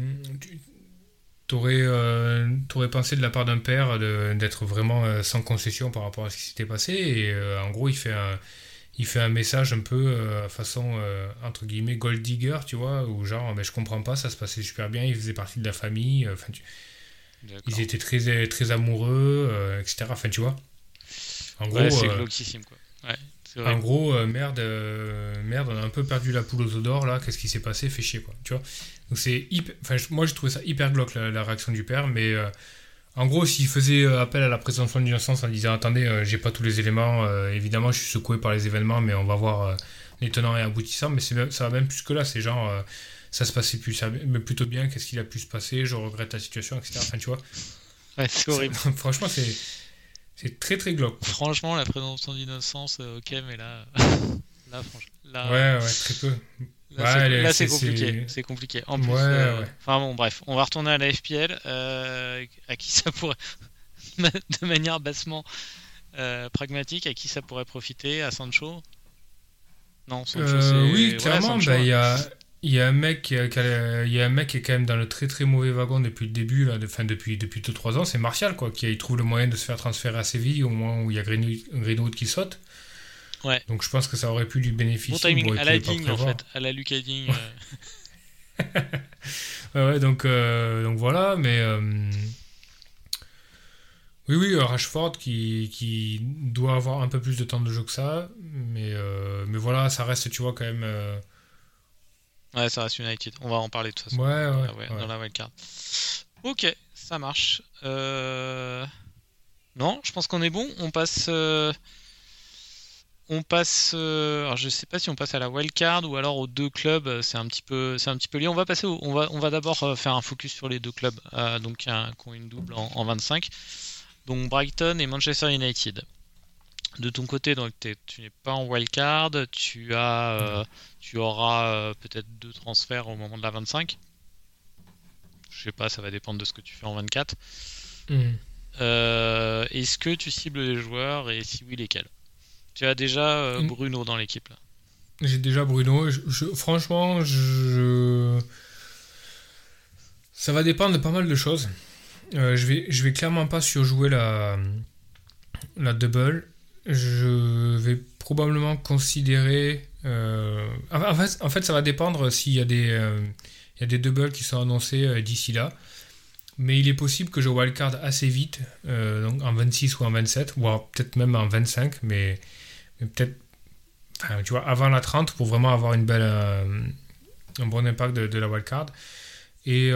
T'aurais pensé de la part d'un père d'être vraiment sans concession par rapport à ce qui s'était passé, et en gros il fait un message un peu façon entre guillemets gold digger, tu vois, où genre je comprends pas, ça se passait super bien, ils faisaient partie de la famille, ils étaient très très amoureux, etc. Enfin tu vois, en gros c'est glauquissime quoi. Ouais. En gros, merde, on a un peu perdu la poule aux œufs d'or là. Qu'est-ce qui s'est passé? Fait chier quoi. Tu vois. Donc c'est moi j'ai trouvé ça hyper glauque la réaction du père, mais en gros s'il faisait appel à la présomption d'innocence en disant attendez, j'ai pas tous les éléments, évidemment je suis secoué par les événements, mais on va voir les tenants et aboutissants. Mais ça va même plus que là. C'est genre ça se passait mais plutôt bien. Qu'est-ce qu'il a pu se passer? Je regrette la situation, etc. Enfin tu vois. Ouais, c'est horrible. Franchement c'est très très glauque. Franchement, la présomption d'innocence, ok, mais là, franchement, ouais, très peu. Là, c'est compliqué. C'est compliqué. En plus, ouais. Enfin bon, bref, on va retourner à la FPL, à qui ça pourrait, de manière bassement pragmatique, à qui ça pourrait profiter, à Sancho. Non, Sancho, c'est. Oui, clairement, il y il y a un mec qui est quand même dans le très très mauvais wagon depuis le début, là, depuis 2-3 ans, c'est Martial, quoi, qui trouve le moyen de se faire transférer à Séville au moment où il y a Greenwood qui saute. Ouais. Donc je pense que ça aurait pu lui bénéficier. Bon timing, à la Digne en fait, à la Lucas Digne. Ouais, donc voilà, mais oui, Rashford qui doit avoir un peu plus de temps de jeu que ça, mais voilà, ça reste, tu vois, quand même. Ouais, ça reste United. On va en parler de toute façon. Dans la wildcard. Ok, ça marche. Non, je pense qu'on est bon. On passe. Alors je sais pas si on passe à la wildcard ou alors aux deux clubs. C'est un petit peu lié. On va passer. On va d'abord faire un focus sur les deux clubs. Donc qui ont une double en 25. Donc Brighton et Manchester United. De ton côté, donc tu n'es pas en wildcard, tu auras peut-être 2 transferts au moment de la 25. Je sais pas, ça va dépendre de ce que tu fais en 24. Est-ce que tu cibles les joueurs et si oui, lesquels? Tu as déjà Bruno dans l'équipe là. J'ai déjà Bruno. Franchement, ça va dépendre de pas mal de choses. Je vais clairement pas surjouer la double. Je vais probablement considérer. En fait, ça va dépendre s'il y a des doubles qui sont annoncés d'ici là. Mais il est possible que je wildcard assez vite, donc en 26 ou en 27, voire peut-être même en 25, mais peut-être, tu vois, avant la 30 pour vraiment avoir un bon impact de la wildcard. Et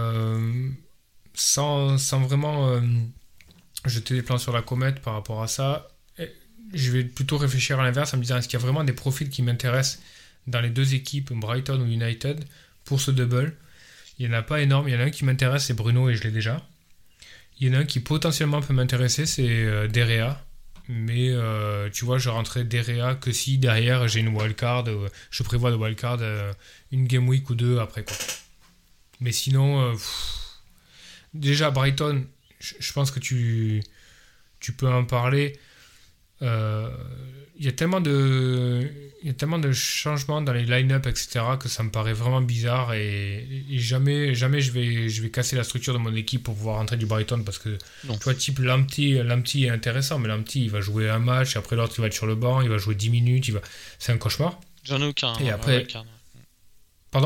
sans vraiment jeter des plans sur la comète par rapport à ça, je vais plutôt réfléchir à l'inverse en me disant est-ce qu'il y a vraiment des profils qui m'intéressent dans les deux équipes, Brighton ou United, pour ce double. Il n'y en a pas énorme. Il y en a un qui m'intéresse, c'est Bruno, et je l'ai déjà. Il y en a un qui potentiellement peut m'intéresser, c'est Derea. Mais tu vois, je rentrerai Derea que si derrière j'ai une wildcard, je prévois de wildcard une game week ou 2 après, quoi. Mais sinon, déjà Brighton, je pense que tu peux en parler. Il y a tellement de changements dans les line-up, etc., que ça me paraît vraiment bizarre, et jamais je vais casser la structure de mon équipe pour pouvoir rentrer du Brighton, parce que tu vois, type Lamptey est intéressant, mais Lamptey il va jouer un match, après l'autre il va être sur le banc, il va jouer 10 minutes, c'est un cauchemar. J'en ai aucun. Et après... Pardon ?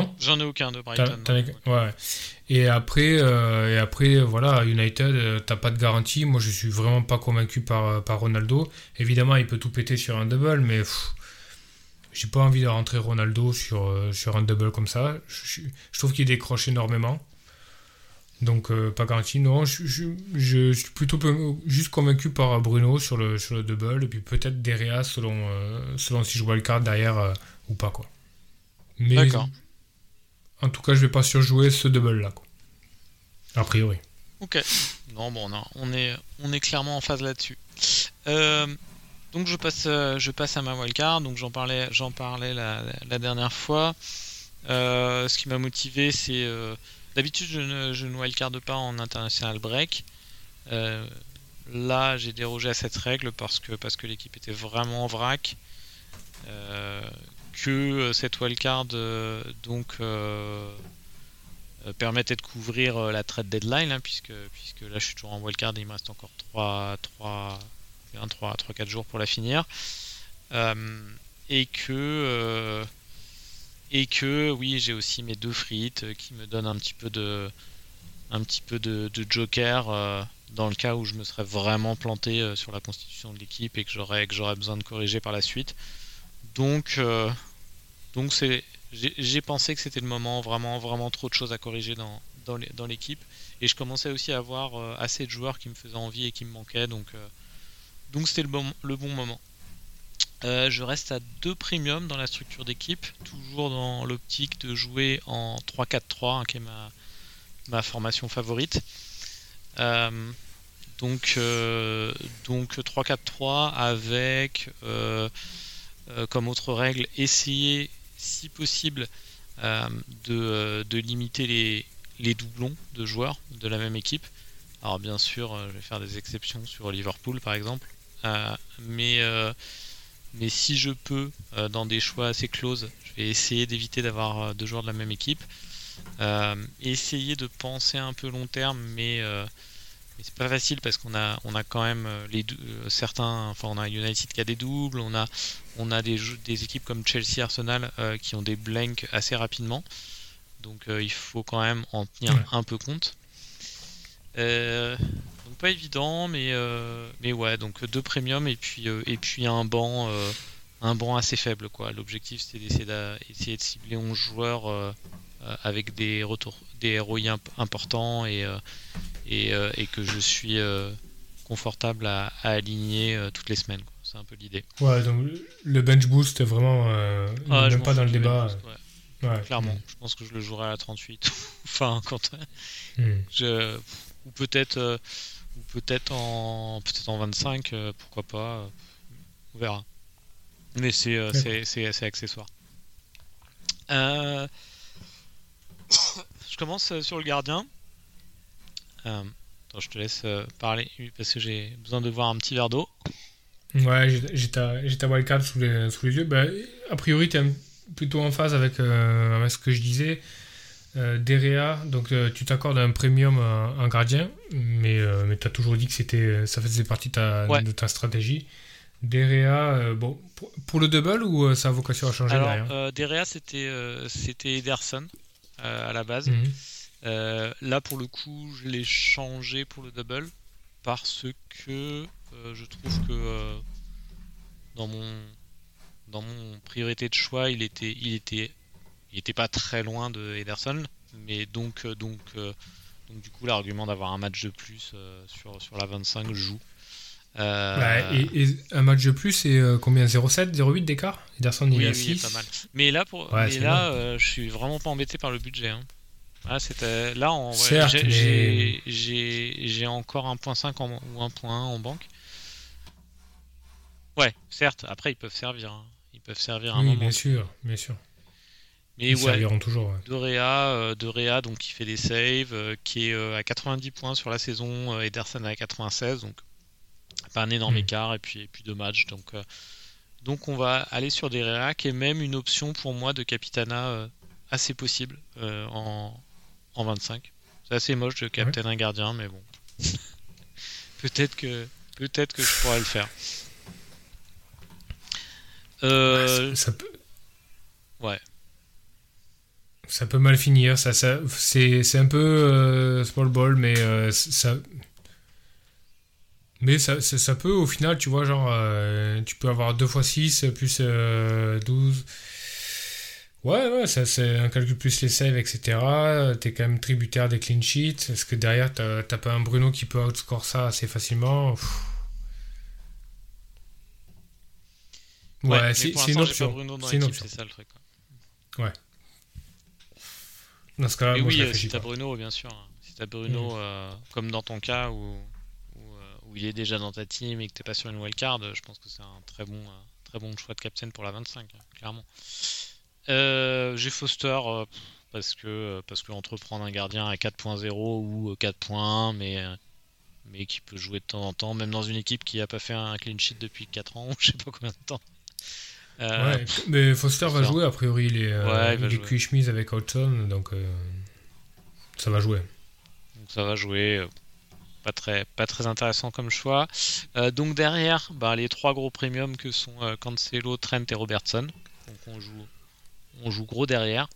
J'en ai aucun de Brighton. Ouais. Et après, voilà, United, t'as pas de garantie. Moi, je suis vraiment pas convaincu par Ronaldo. Évidemment, il peut tout péter sur un double, mais j'ai pas envie de rentrer Ronaldo sur un double comme ça. Je trouve qu'il décroche énormément. Donc, pas garanti. Non, je suis plutôt juste convaincu par Bruno sur le double, et puis peut-être Derea selon si je vois le card derrière ou pas, quoi. Mais, d'accord. En tout cas, je vais pas surjouer ce double-là, quoi. A priori. Ok. Non, bon, on est clairement en phase là-dessus. Donc je passe à ma wildcard. Donc j'en parlais la dernière fois. Ce qui m'a motivé, c'est d'habitude je ne wildcarde pas en international break. Là, j'ai dérogé à cette règle parce que l'équipe était vraiment en vrac. Que cette wildcard permettait de couvrir la trade deadline, hein, puisque là je suis toujours en wildcard et il me reste encore 3-4 jours pour la finir, et que oui, j'ai aussi mes 2 frites qui me donnent un petit peu de joker dans le cas où je me serais vraiment planté sur la constitution de l'équipe et que j'aurais besoin de corriger par la suite. Donc j'ai pensé que c'était le moment, vraiment, vraiment trop de choses à corriger dans l'équipe. Et je commençais aussi à avoir assez de joueurs qui me faisaient envie et qui me manquaient. Donc c'était le bon moment. Je reste à 2 premiums dans la structure d'équipe, toujours dans l'optique de jouer en 3-4-3, hein, qui est ma formation favorite. Donc 3-4-3 avec... comme autre règle, essayer si possible de limiter les doublons de joueurs de la même équipe. Alors bien sûr, je vais faire des exceptions sur Liverpool par exemple, mais Mais si je peux, dans des choix assez closes, je vais essayer d'éviter d'avoir 2 joueurs de la même équipe. Essayer de penser un peu long terme, mais c'est pas facile parce qu'on a quand même certains. Enfin, on a United qui a des doubles, on a des équipes comme Chelsea, Arsenal qui ont des blanks assez rapidement. Donc il faut quand même en tenir un peu compte. Donc pas évident, mais ouais, donc 2 premiums et puis un banc assez faible, quoi. L'objectif c'est d'essayer de cibler 11 joueurs avec des ROI importants et que je suis confortable à aligner toutes les semaines, quoi. C'est un peu l'idée. Ouais, donc le bench boost vraiment même pas dans le débat. Boost, ouais. Clairement, je pense que je le jouerai à 38. Enfin, quand ou peut-être en 25, pourquoi pas, on verra. Mais c'est assez accessoire. Je commence sur le gardien. Attends, je te laisse parler parce que j'ai besoin de boire un petit verre d'eau. Ouais, j'ai ta wildcard sous les yeux. Bah, a priori, tu es plutôt en phase avec ce que je disais. Derea, donc tu t'accordes un premium en gardien, mais tu as toujours dit que ça faisait partie de ta stratégie. Derea, bon, pour le double ou ça a vocation à changer? Alors, Derea, c'était Ederson à la base. Là, pour le coup, je l'ai changé pour le double parce que je trouve que dans mon priorité de choix, il était pas très loin de Ederson, mais donc du coup l'argument d'avoir un match de plus sur la 25 joue. Et un match de plus, c'est combien? 0,7, 0,8 d'écart? Ederson il est à 6. Oui, pas mal. Mais là, je suis vraiment pas embêté par le budget. Hein. Ah, là, j'ai encore 1.5 ou 1.1 en banque. Ouais, certes. Après, ils peuvent servir. Hein. Ils peuvent servir à un moment. Bien sûr. Mais ils serviront toujours. Ouais. Derea, donc qui fait des saves, qui est à 90 points sur la saison, Ederson à 96, donc pas un énorme écart, et puis 2 matchs. Donc on va aller sur Derea, qui est même une option pour moi de Capitana assez possible en 25. C'est assez moche de captain un gardien, mais bon. peut-être que je pourrais le faire. Ça peut... Ouais. Ça peut mal finir. C'est un peu small ball, mais ça peut au final, tu vois, genre tu peux avoir 2 x 6 plus 12. Ouais, ça c'est un calcul plus les saves, etc. T'es quand même tributaire des clean sheets. Est-ce que derrière t'as pas un Bruno qui peut outscore ça assez facilement? Ouais, c'est une option. C'est une option. C'est ça le truc. Ouais. Dans ce cas-là, moi je réfléchis si t'as Bruno, bien sûr. Si t'as Bruno, comme dans ton cas où il est déjà dans ta team et que t'es pas sur une wildcard, je pense que c'est un très bon choix de captain pour la 25, clairement. J'ai Foster parce que entreprendre un gardien à 4.0 ou 4.1, mais qui peut jouer de temps en temps, même dans une équipe qui a pas fait un clean sheet depuis 4 ans, je sais pas combien de temps. Ouais, mais Foster va jouer, a priori il est cuit chemise avec Hodgson, donc ça va jouer. Donc ça va jouer, pas très intéressant comme choix. Donc derrière, les 3 gros premiums que sont Cancelo, Trent et Robertson. Donc on joue gros derrière.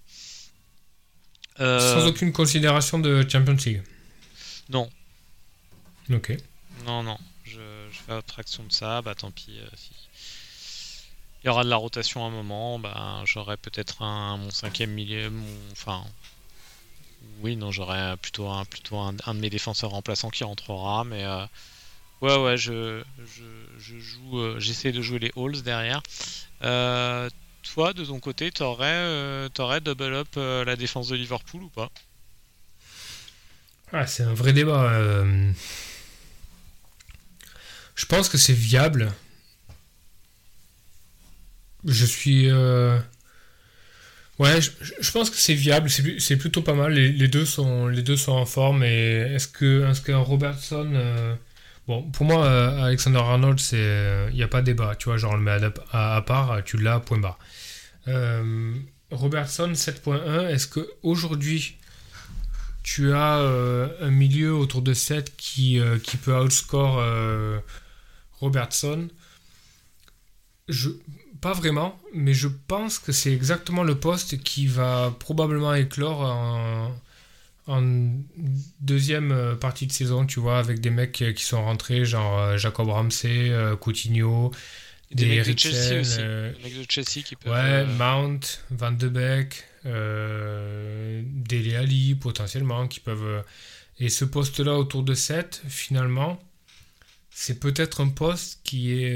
Sans aucune considération de Champions League? Non. Ok. Non. Je fais abstraction de ça. Tant pis. Si il y aura de la rotation à un moment, j'aurai peut-être mon 5e milieu. J'aurai plutôt un de mes défenseurs remplaçants qui rentrera. Mais ouais, je joue. J'essaie de jouer les halls derrière. Toi, de ton côté, t'aurais double up la défense de Liverpool ou pas? C'est un vrai débat. Je pense que c'est viable. Je suis... Ouais, je pense que c'est viable. C'est plutôt pas mal. Les deux sont en forme. Et est-ce qu'un Robertson... Bon, pour moi, Alexander Arnold, il n'y a pas de débat. Tu vois, genre, on le met à part, tu l'as, point barre. Robertson, 7.1. Est-ce qu'aujourd'hui, tu as un milieu autour de 7 qui peut outscore Robertson? Pas vraiment, mais je pense que c'est exactement le poste qui va probablement éclore en deuxième partie de saison, tu vois, avec des mecs qui sont rentrés, genre Jacob Ramsey, Coutinho, des mecs de Richel, Chelsea aussi. Des mecs de Chelsea qui peuvent... Ouais, Mount, Van de Beek, Dele Alli potentiellement, qui peuvent... Et ce poste-là autour de 7, finalement, c'est peut-être un poste qui est...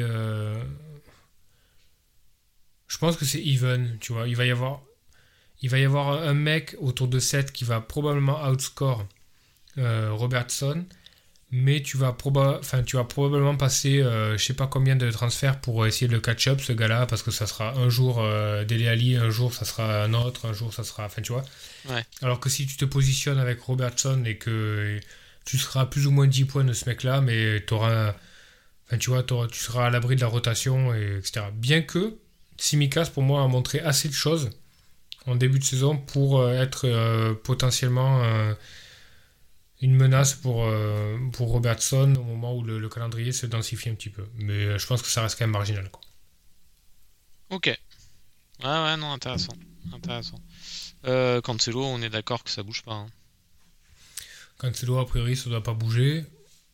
Je pense que c'est even, tu vois. Il va y avoir un mec autour de 7 qui va probablement outscore Robertson, mais tu vas probablement passer je sais pas combien de transferts pour essayer de le catch-up, ce gars-là, parce que ça sera un jour Dele Alli, un jour ça sera un autre, un jour ça sera... Enfin, tu vois. Ouais. Alors que si tu te positionnes avec Robertson et que tu seras plus ou moins 10 points de ce mec-là, mais tu seras à l'abri de la rotation, etc. Bien que Tsimikas, pour moi, a montré assez de choses en début de saison pour être potentiellement une menace pour Robertson au moment où le calendrier se densifie un petit peu. Mais je pense que ça reste quand même marginal, quoi. Ok. Ouais, non, intéressant. Cancelo, on est d'accord que ça bouge pas. Hein. Cancelo, a priori, ça doit pas bouger.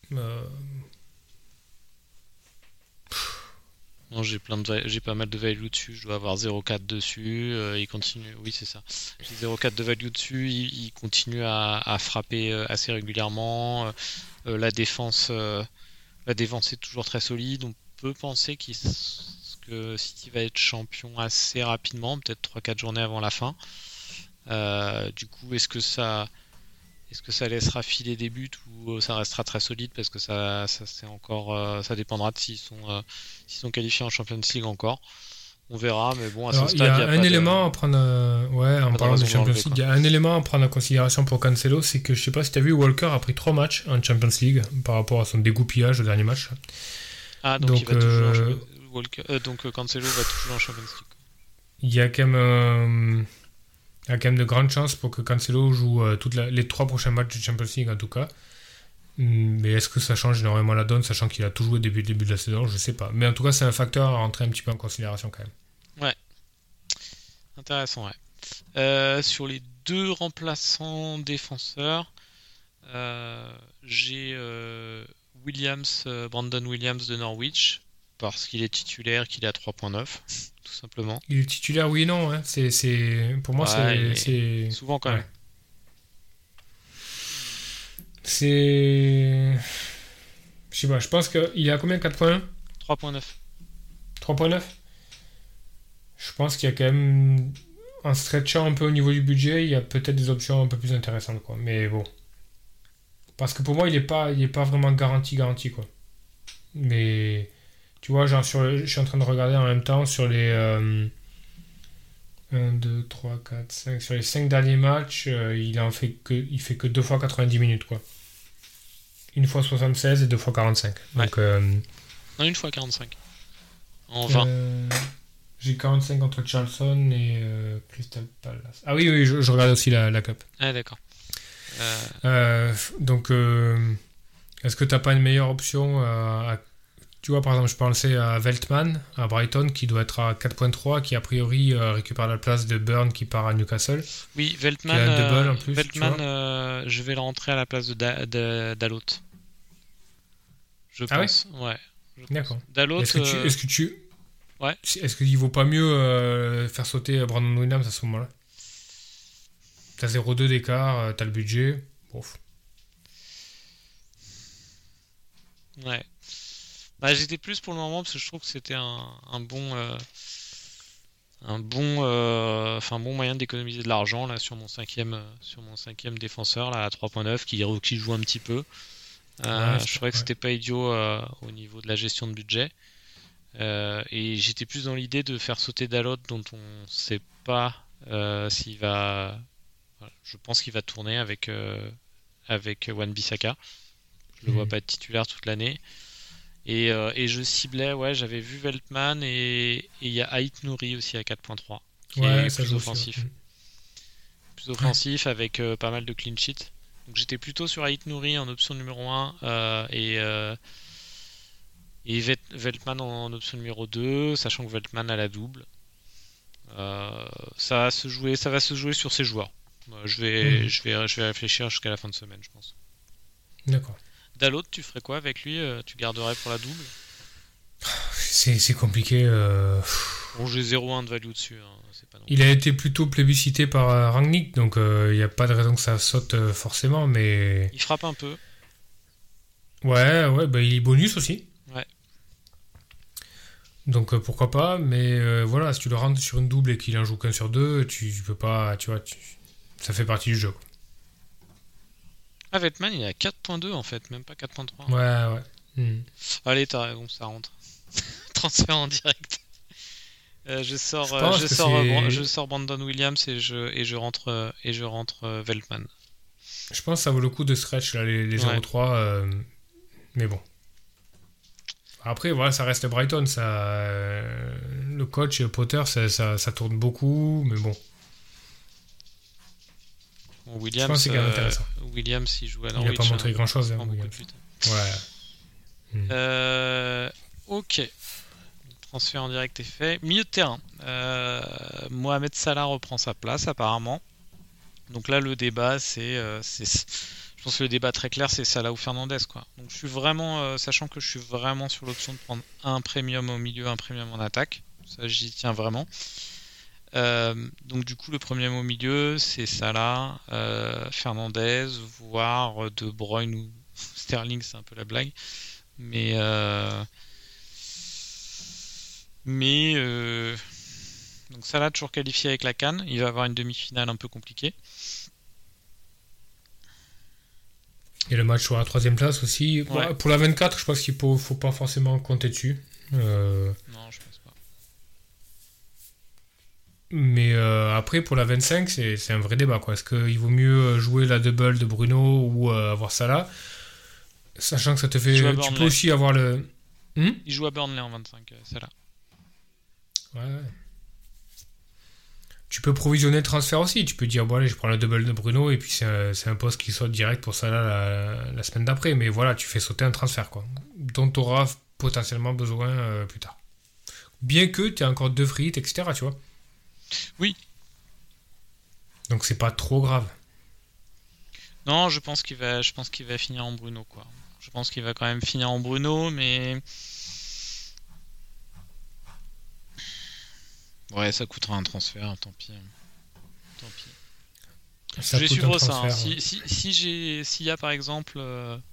Non, j'ai pas mal de value dessus, je dois avoir 0,4 dessus, il continue, oui c'est ça, j'ai 0,4 de value dessus, il continue à frapper assez régulièrement, la défense est toujours très solide, on peut penser que City va être champion assez rapidement, peut-être 3-4 journées avant la fin. Du coup, est-ce que ça laissera filer des buts ou ça restera très solide, parce que ça c'est encore ça dépendra de s'ils sont qualifiés en Champions League encore. On verra, mais bon, à ce stade, il y a un élément à prendre en parlant de Champions League, il y a un élément à prendre en considération pour Cancelo, c'est que je sais pas si tu as vu, Walker a pris 3 matchs en Champions League par rapport à son dégoupillage au dernier match. Donc il va toujours donc Cancelo va toujours en Champions League. Il y a quand même de grandes chances pour que Cancelo joue les 3 prochains matchs de Champions League en tout cas. Mais est-ce que ça change énormément la donne, sachant qu'il a tout joué début de la saison? Je sais pas. Mais en tout cas, c'est un facteur à rentrer un petit peu en considération quand même. Ouais. Intéressant, ouais. Sur les 2 remplaçants défenseurs, j'ai Brandon Williams de Norwich, parce qu'il est titulaire, qu'il est à 3.9, tout simplement. Il est titulaire, oui et non. Hein. Pour moi, c'est... Souvent quand même. Je sais pas, je pense qu'il est à combien? 4.1? 3.9. 3.9? Je pense qu'il y a quand même... En stretchant un peu au niveau du budget, il y a peut-être des options un peu plus intéressantes, quoi. Mais bon. Parce que pour moi, il est pas vraiment garanti, quoi. Mais... Tu vois, genre, je suis en train de regarder en même temps sur les 1, 2, 3, 4, 5. Sur les 5 derniers matchs, il fait que 2 fois 90 minutes, quoi. Une fois 76 et 2 fois 45. Ouais. Donc, non, une fois 45. En 20. J'ai 45 contre Charlton et Crystal Palace. Ah oui, je regarde aussi la Cup. Ah, d'accord. Donc, est-ce que t'as pas une meilleure option tu vois, par exemple, je pensais à Veltman, à Brighton, qui doit être à 4.3, qui a priori récupère la place de Burn qui part à Newcastle. Oui, Veltman, en plus, je vais le rentrer à la place de Dalot. Je pense. Ah ouais, D'accord. Dalot. Ouais. Est-ce qu'il vaut pas mieux faire sauter Brandon Williams à ce moment-là? T'as 0,2 d'écart, t'as le budget. Ouf. Ouais. J'étais plus pour le moment parce que je trouve que c'était un bon moyen d'économiser de l'argent là sur mon cinquième défenseur là à 3.9 qui joue un petit peu. Je trouvais que c'était pas idiot au niveau de la gestion de budget. Et j'étais plus dans l'idée de faire sauter Dalot, dont on sait pas s'il va. Je pense qu'il va tourner avec Wan-Bissaka. Je le vois pas être titulaire toute l'année. Et je ciblais, j'avais vu Veltman et il y a Ait Nouri aussi à 4.3 qui est plus offensif. Plus offensif avec pas mal de clean sheet. Donc j'étais plutôt sur Ait Nouri en option numéro 1 et Veltman en option numéro 2, sachant que Veltman a la double. Ça va se jouer sur ces joueurs. Je vais réfléchir jusqu'à la fin de semaine, je pense. D'accord. Dalot, tu ferais quoi avec lui? Tu garderais pour la double? C'est compliqué. Bon, j'ai 0,1 de value dessus. C'est pas il a été plutôt plébiscité par Rangnick, donc il n'y a pas de raison que ça saute forcément, mais... Il frappe un peu. Ouais, il est bonus aussi. Ouais. Donc pourquoi pas, mais voilà, si tu le rentres sur une double et qu'il en joue qu'un sur deux, tu peux pas, tu vois, ça fait partie du jeu, quoi. Ah, Veltman, il est à 4.2 en fait, même pas 4.3. Ouais. Allez, t'as raison, ça rentre. Transfert en direct. Je sors Brandon Williams et je rentre Veltman. Je pense que ça vaut le coup de stretch là, les 0-3, mais bon. Après, voilà, ça reste Brighton, le coach Potter, ça tourne beaucoup, mais bon. Williams, je pense que c'est quand même intéressant. Williams, il joue à Norwich. Il n'a pas montré grand-chose. Ok. Transfert en direct est fait. Milieu de terrain. Mohamed Salah reprend sa place, apparemment. Donc là, le débat, je pense que le débat très clair, c'est Salah ou Fernandez, quoi. Donc je suis vraiment, sachant que je suis vraiment sur l'option de prendre un premium au milieu, un premium en attaque. Ça, j'y tiens vraiment. Donc du coup le premier au milieu c'est Salah, Fernandez, voire De Bruyne ou Sterling, c'est un peu la blague, mais donc Salah toujours qualifié avec la CAN, il va avoir une demi-finale un peu compliquée. Et le match sur la 3ème place aussi. Ouais. Pour la 24, je pense qu'il faut pas forcément compter dessus. Non, je pense pas. Mais après, pour la 25, c'est un vrai débat, quoi. Est-ce qu'il vaut mieux jouer la double de Bruno ou avoir Salah, sachant que ça te fait... Tu peux aussi avoir le... Il joue à Burnley en 25, Salah. Ouais. Tu peux provisionner le transfert aussi. Tu peux dire, bon allez, je prends la double de Bruno et puis c'est un poste qui saute direct pour Salah la semaine d'après. Mais voilà, tu fais sauter un transfert, quoi, dont tu auras potentiellement besoin plus tard. Bien que tu aies encore 2 frites, etc., tu vois. Oui. Donc c'est pas trop grave. Non, je pense qu'il va finir en Bruno, quoi. Je pense qu'il va quand même finir en Bruno, mais ouais, ça coûtera un transfert, tant pis. Je vais suivre ça. S'il y a par exemple,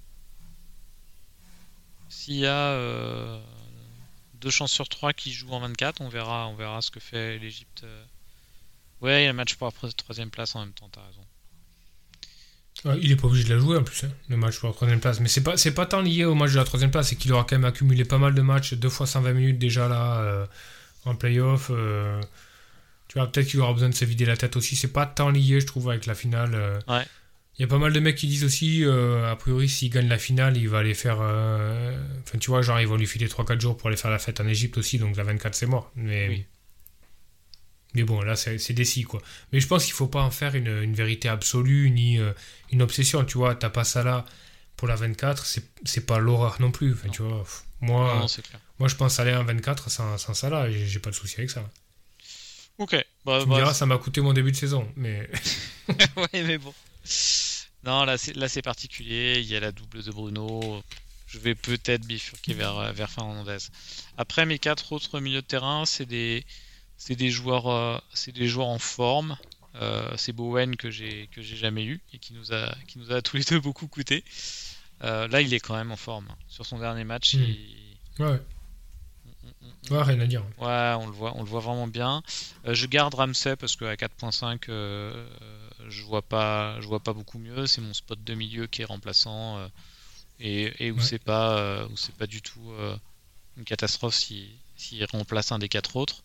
s'il y a 2 chances sur 3 qui jouent en 24, on verra ce que fait l'Égypte. Ouais, il y a un match pour la 3ème place en même temps, t'as raison. Il est pas obligé de la jouer en plus, hein, le match pour la 3ème place. Mais c'est pas tant lié au match de la 3ème place, c'est qu'il aura quand même accumulé pas mal de matchs, 2 fois 120 minutes déjà là, en play-off. Tu vois, peut-être qu'il aura besoin de se vider la tête aussi. C'est pas tant lié, je trouve, avec la finale. Ouais. Il y a pas mal de mecs qui disent aussi, a priori, s'il gagne la finale, il va aller faire... Enfin, tu vois, genre, ils vont lui filer 3-4 jours pour aller faire la fête en Égypte aussi, donc la 24, c'est mort. Mais bon, là, c'est décis, quoi. Mais je pense qu'il faut pas en faire une vérité absolue, ni une obsession, tu vois. T'as pas ça là pour la 24, c'est pas l'horreur non plus. Enfin, tu vois, moi, c'est clair. Moi, je pense aller en 24 sans ça là, j'ai pas de souci avec ça. Ok. Tu me diras, ça m'a coûté mon début de saison, mais... Ouais, mais bon. Non, là c'est particulier. Il y a la double de Bruno. Je vais peut-être bifurquer vers Fernandez. Après, mes 4 autres milieux de terrain, c'est des joueurs en forme. C'est Bowen que j'ai jamais eu et qui nous a tous les deux beaucoup coûté. Là, il est quand même en forme. Sur son dernier match, Ouais. Ouais, rien à dire. Ouais, on le voit vraiment bien. Je garde Ramsey parce qu'à 4.5, je vois pas beaucoup mieux. C'est mon spot de milieu qui est remplaçant et où c'est pas du tout une catastrophe s'il remplace un des 4 autres.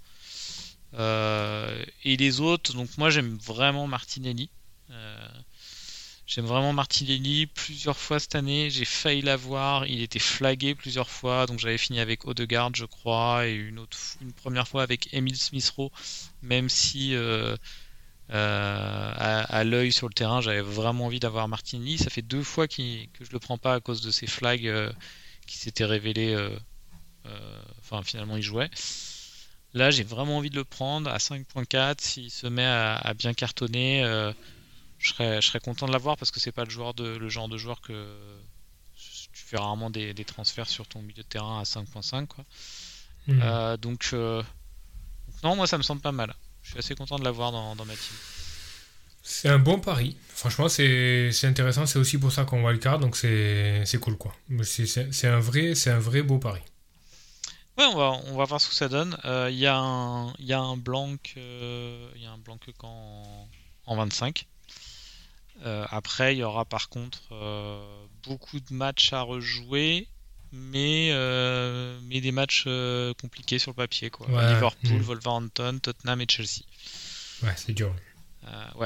Et les autres, donc moi j'aime vraiment Martinelli. J'aime vraiment Martinelli. Plusieurs fois cette année, j'ai failli l'avoir. Il était flagué plusieurs fois, donc j'avais fini avec Odegaard, je crois, et une première fois avec Emile Smith-Rowe, même si à l'œil sur le terrain, j'avais vraiment envie d'avoir Martinelli. Ça fait 2 fois que je le prends pas à cause de ces flags qui s'étaient révélés. Enfin, finalement, il jouait. Là, j'ai vraiment envie de le prendre à 5.4. S'il se met à bien cartonner, je serais content de l'avoir parce que c'est pas le genre de joueur que tu fais rarement des transferts sur ton milieu de terrain à 5.5, quoi. Donc, non, moi, ça me semble pas mal. Je suis assez content de l'avoir dans ma team. C'est un bon pari. Franchement, c'est intéressant. C'est aussi pour ça qu'on wildcard, donc c'est cool, quoi. C'est un vrai beau pari. Ouais, on va voir ce que ça donne. Il y a un blanc en 25. Après, il y aura par contre beaucoup de matchs à rejouer, mais des matchs compliqués sur le papier, quoi. Ouais, Liverpool, Wolverhampton, Tottenham et Chelsea. Ouais, c'est dur. Ouais.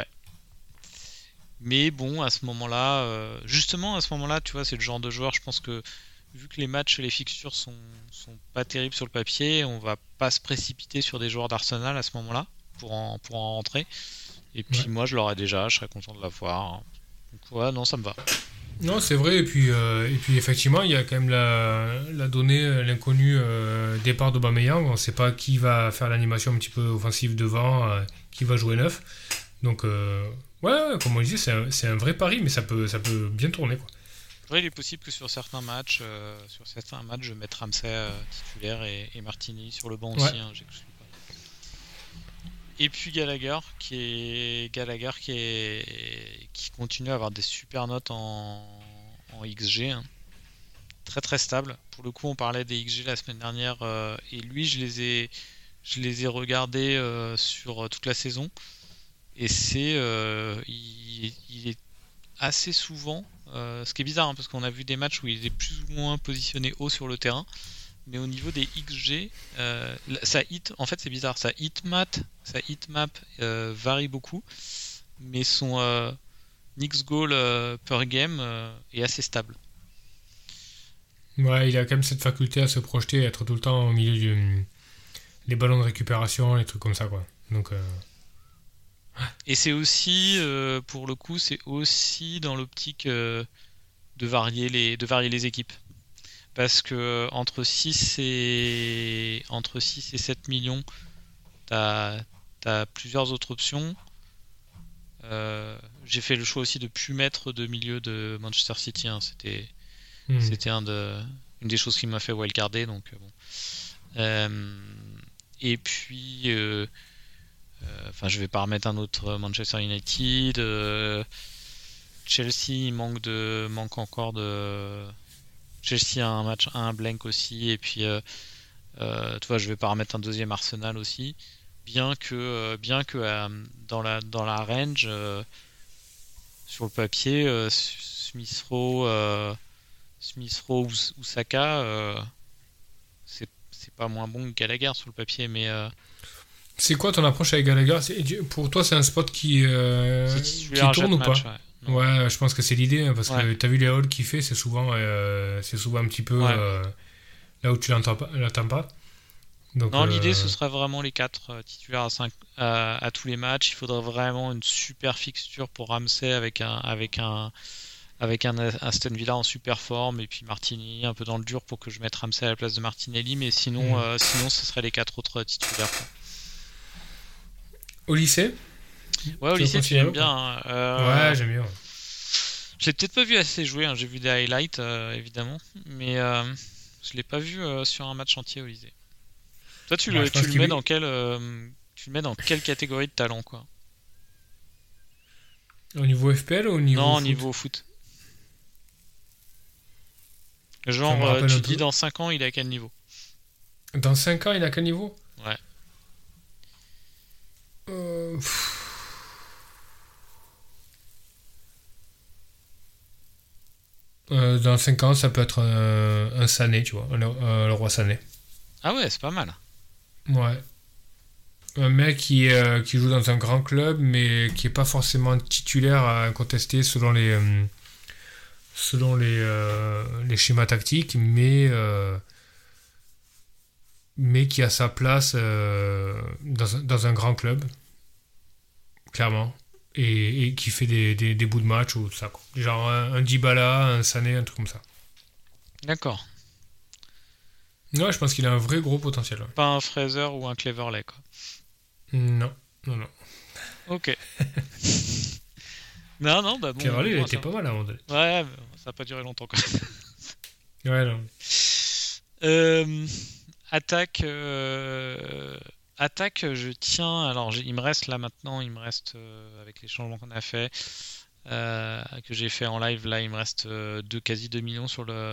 Mais bon, à ce moment-là, justement, tu vois, c'est le genre de joueur, je pense que vu que les matchs et les fixtures sont pas terribles sur le papier, on va pas se précipiter sur des joueurs d'Arsenal à ce moment-là pour en rentrer. Et puis moi, je l'aurais déjà, je serais content de l'avoir. Donc ouais, non, ça me va. Non, c'est vrai. Et puis effectivement, il y a quand même la donnée, l'inconnu départ d'Aubameyang. On ne sait pas qui va faire l'animation un petit peu offensive devant, qui va jouer neuf. Donc ouais, comme on disait, c'est un vrai pari, mais ça peut bien tourner, quoi. Ouais, il est possible que sur certains matchs, je mette Ramsey titulaire et Martini sur le banc aussi. Hein, j'exclus pas. Et puis Gallagher qui continue à avoir des super notes en XG. Hein. Très très stable. Pour le coup, on parlait des XG la semaine dernière et lui, je les ai regardés sur toute la saison. Et il est assez souvent, ce qui est bizarre, hein, parce qu'on a vu des matchs où il est plus ou moins positionné haut sur le terrain, mais au niveau des XG, sa hit, en fait c'est bizarre, sa hitmap varie beaucoup, mais son X goal per game est assez stable. Ouais, il a quand même cette faculté à se projeter, à être tout le temps au milieu des ballons de récupération, les trucs comme ça, quoi. Donc et c'est aussi, pour le coup, c'est aussi dans l'optique de varier les équipes. Parce que entre 6 et 7 millions, t'as plusieurs autres options. J'ai fait le choix aussi de plus mettre de milieu de Manchester City. Hein. C'était une des choses qui m'a fait wildcarder. Donc bon. Et puis, je vais pas remettre un autre Manchester United. Chelsea, il manque encore de. Chelsea a un blank aussi, et puis tu vois, je vais pas remettre un deuxième Arsenal aussi, bien que dans la range sur le papier, Smith-Rowe ou Saka, c'est pas moins bon que Gallagher sur le papier, mais c'est quoi ton approche avec Gallagher? Pour toi, c'est un spot qui tourne ou pas? Ouais, je pense que c'est l'idée, hein, parce que t'as vu les hauls qu'il fait, c'est souvent un petit peu là où tu l'attends pas. Donc, non, l'idée ce serait vraiment les 4 titulaires à tous les matchs. Il faudrait vraiment une super fixture pour Ramsey avec un Aston Villa en super forme et puis Martinelli un peu dans le dur pour que je mette Ramsey à la place de Martinelli, mais sinon ce serait les 4 autres titulaires, quoi. Au lycée? Ouais, au lycée, tu l'aimes bien. Ouais, j'aime bien. Je l'ai peut-être pas vu assez jouer, hein. J'ai vu des highlights, évidemment, mais je l'ai pas vu sur un match entier au lycée. Toi, tu le mets dans quelle catégorie de talent, quoi? Au niveau FPL ou au niveau Non, foot? au niveau foot. Genre, tu dis dans 5 ans, il est à quel niveau? Dans 5 ans, il est à quel niveau? Ouais. Dans 5 ans, ça peut être un Sané, tu vois, le roi Sané. Ah ouais, c'est pas mal. Ouais. un mec qui joue dans un grand club, mais qui n'est pas forcément titulaire à incontester selon les schémas tactiques, mais qui a sa place dans un grand club, clairement, et qui fait des bouts de match ou ça, quoi. Genre un Dybala, un Sané, un truc comme ça. D'accord. Ouais, je pense qu'il a un vrai gros potentiel. Ouais. Pas un Fraser ou un Cleverley, quoi. Non. Ok. non, bah bon. Cleverley, il était pas mal à un moment donné. Ouais, mais ça n'a pas duré longtemps, quoi. Ouais, non. Attaque, je tiens. Alors, il me reste là maintenant, avec les changements qu'on a fait, que j'ai fait en live, là, il me reste quasi 2 millions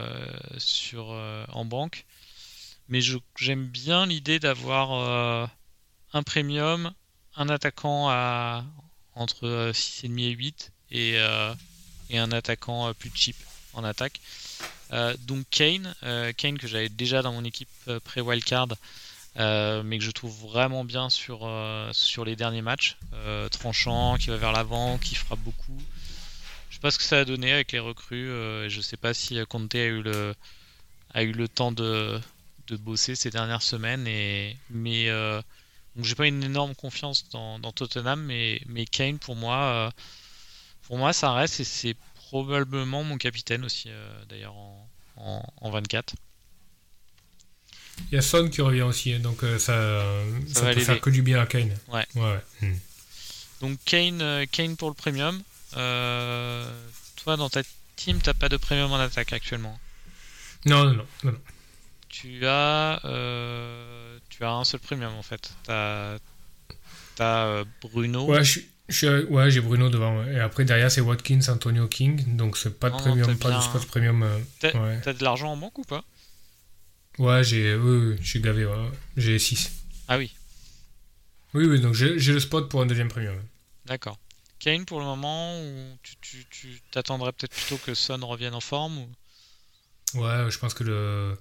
en banque. Mais j'aime bien l'idée d'avoir un premium, un attaquant entre 6,5 et 8 et un attaquant plus cheap en attaque. Donc Kane que j'avais déjà dans mon équipe pré-wildcard, mais que je trouve vraiment bien sur les derniers matchs, tranchant, qui va vers l'avant, qui frappe beaucoup. Je sais pas ce que ça a donné avec les recrues, je sais pas si Conte a eu le temps de bosser ces dernières semaines, mais donc j'ai pas une énorme confiance dans Tottenham, mais Kane pour moi ça reste, et c'est probablement mon capitaine aussi, d'ailleurs en 24. Il y a Son qui revient aussi, donc ça peut faire que du bien à Kane. Ouais. Donc Kane pour le premium. Toi, dans ta team, t'as pas de premium en attaque actuellement? Non. Tu as un seul premium en fait. T'as Bruno. Ouais, j'ai Bruno devant. Ouais. Et après, derrière, c'est Watkins, Antonio King. Donc, c'est pas de premium, pas de spot premium. T'as de l'argent en banque ou pas? Ouais, je suis gavé. Ouais. J'ai 6. Ah oui. Oui, donc j'ai le spot pour un deuxième premium. D'accord. Kane pour le moment, ou tu t'attendrais peut-être plutôt que Son revienne en forme ou... Ouais, je pense que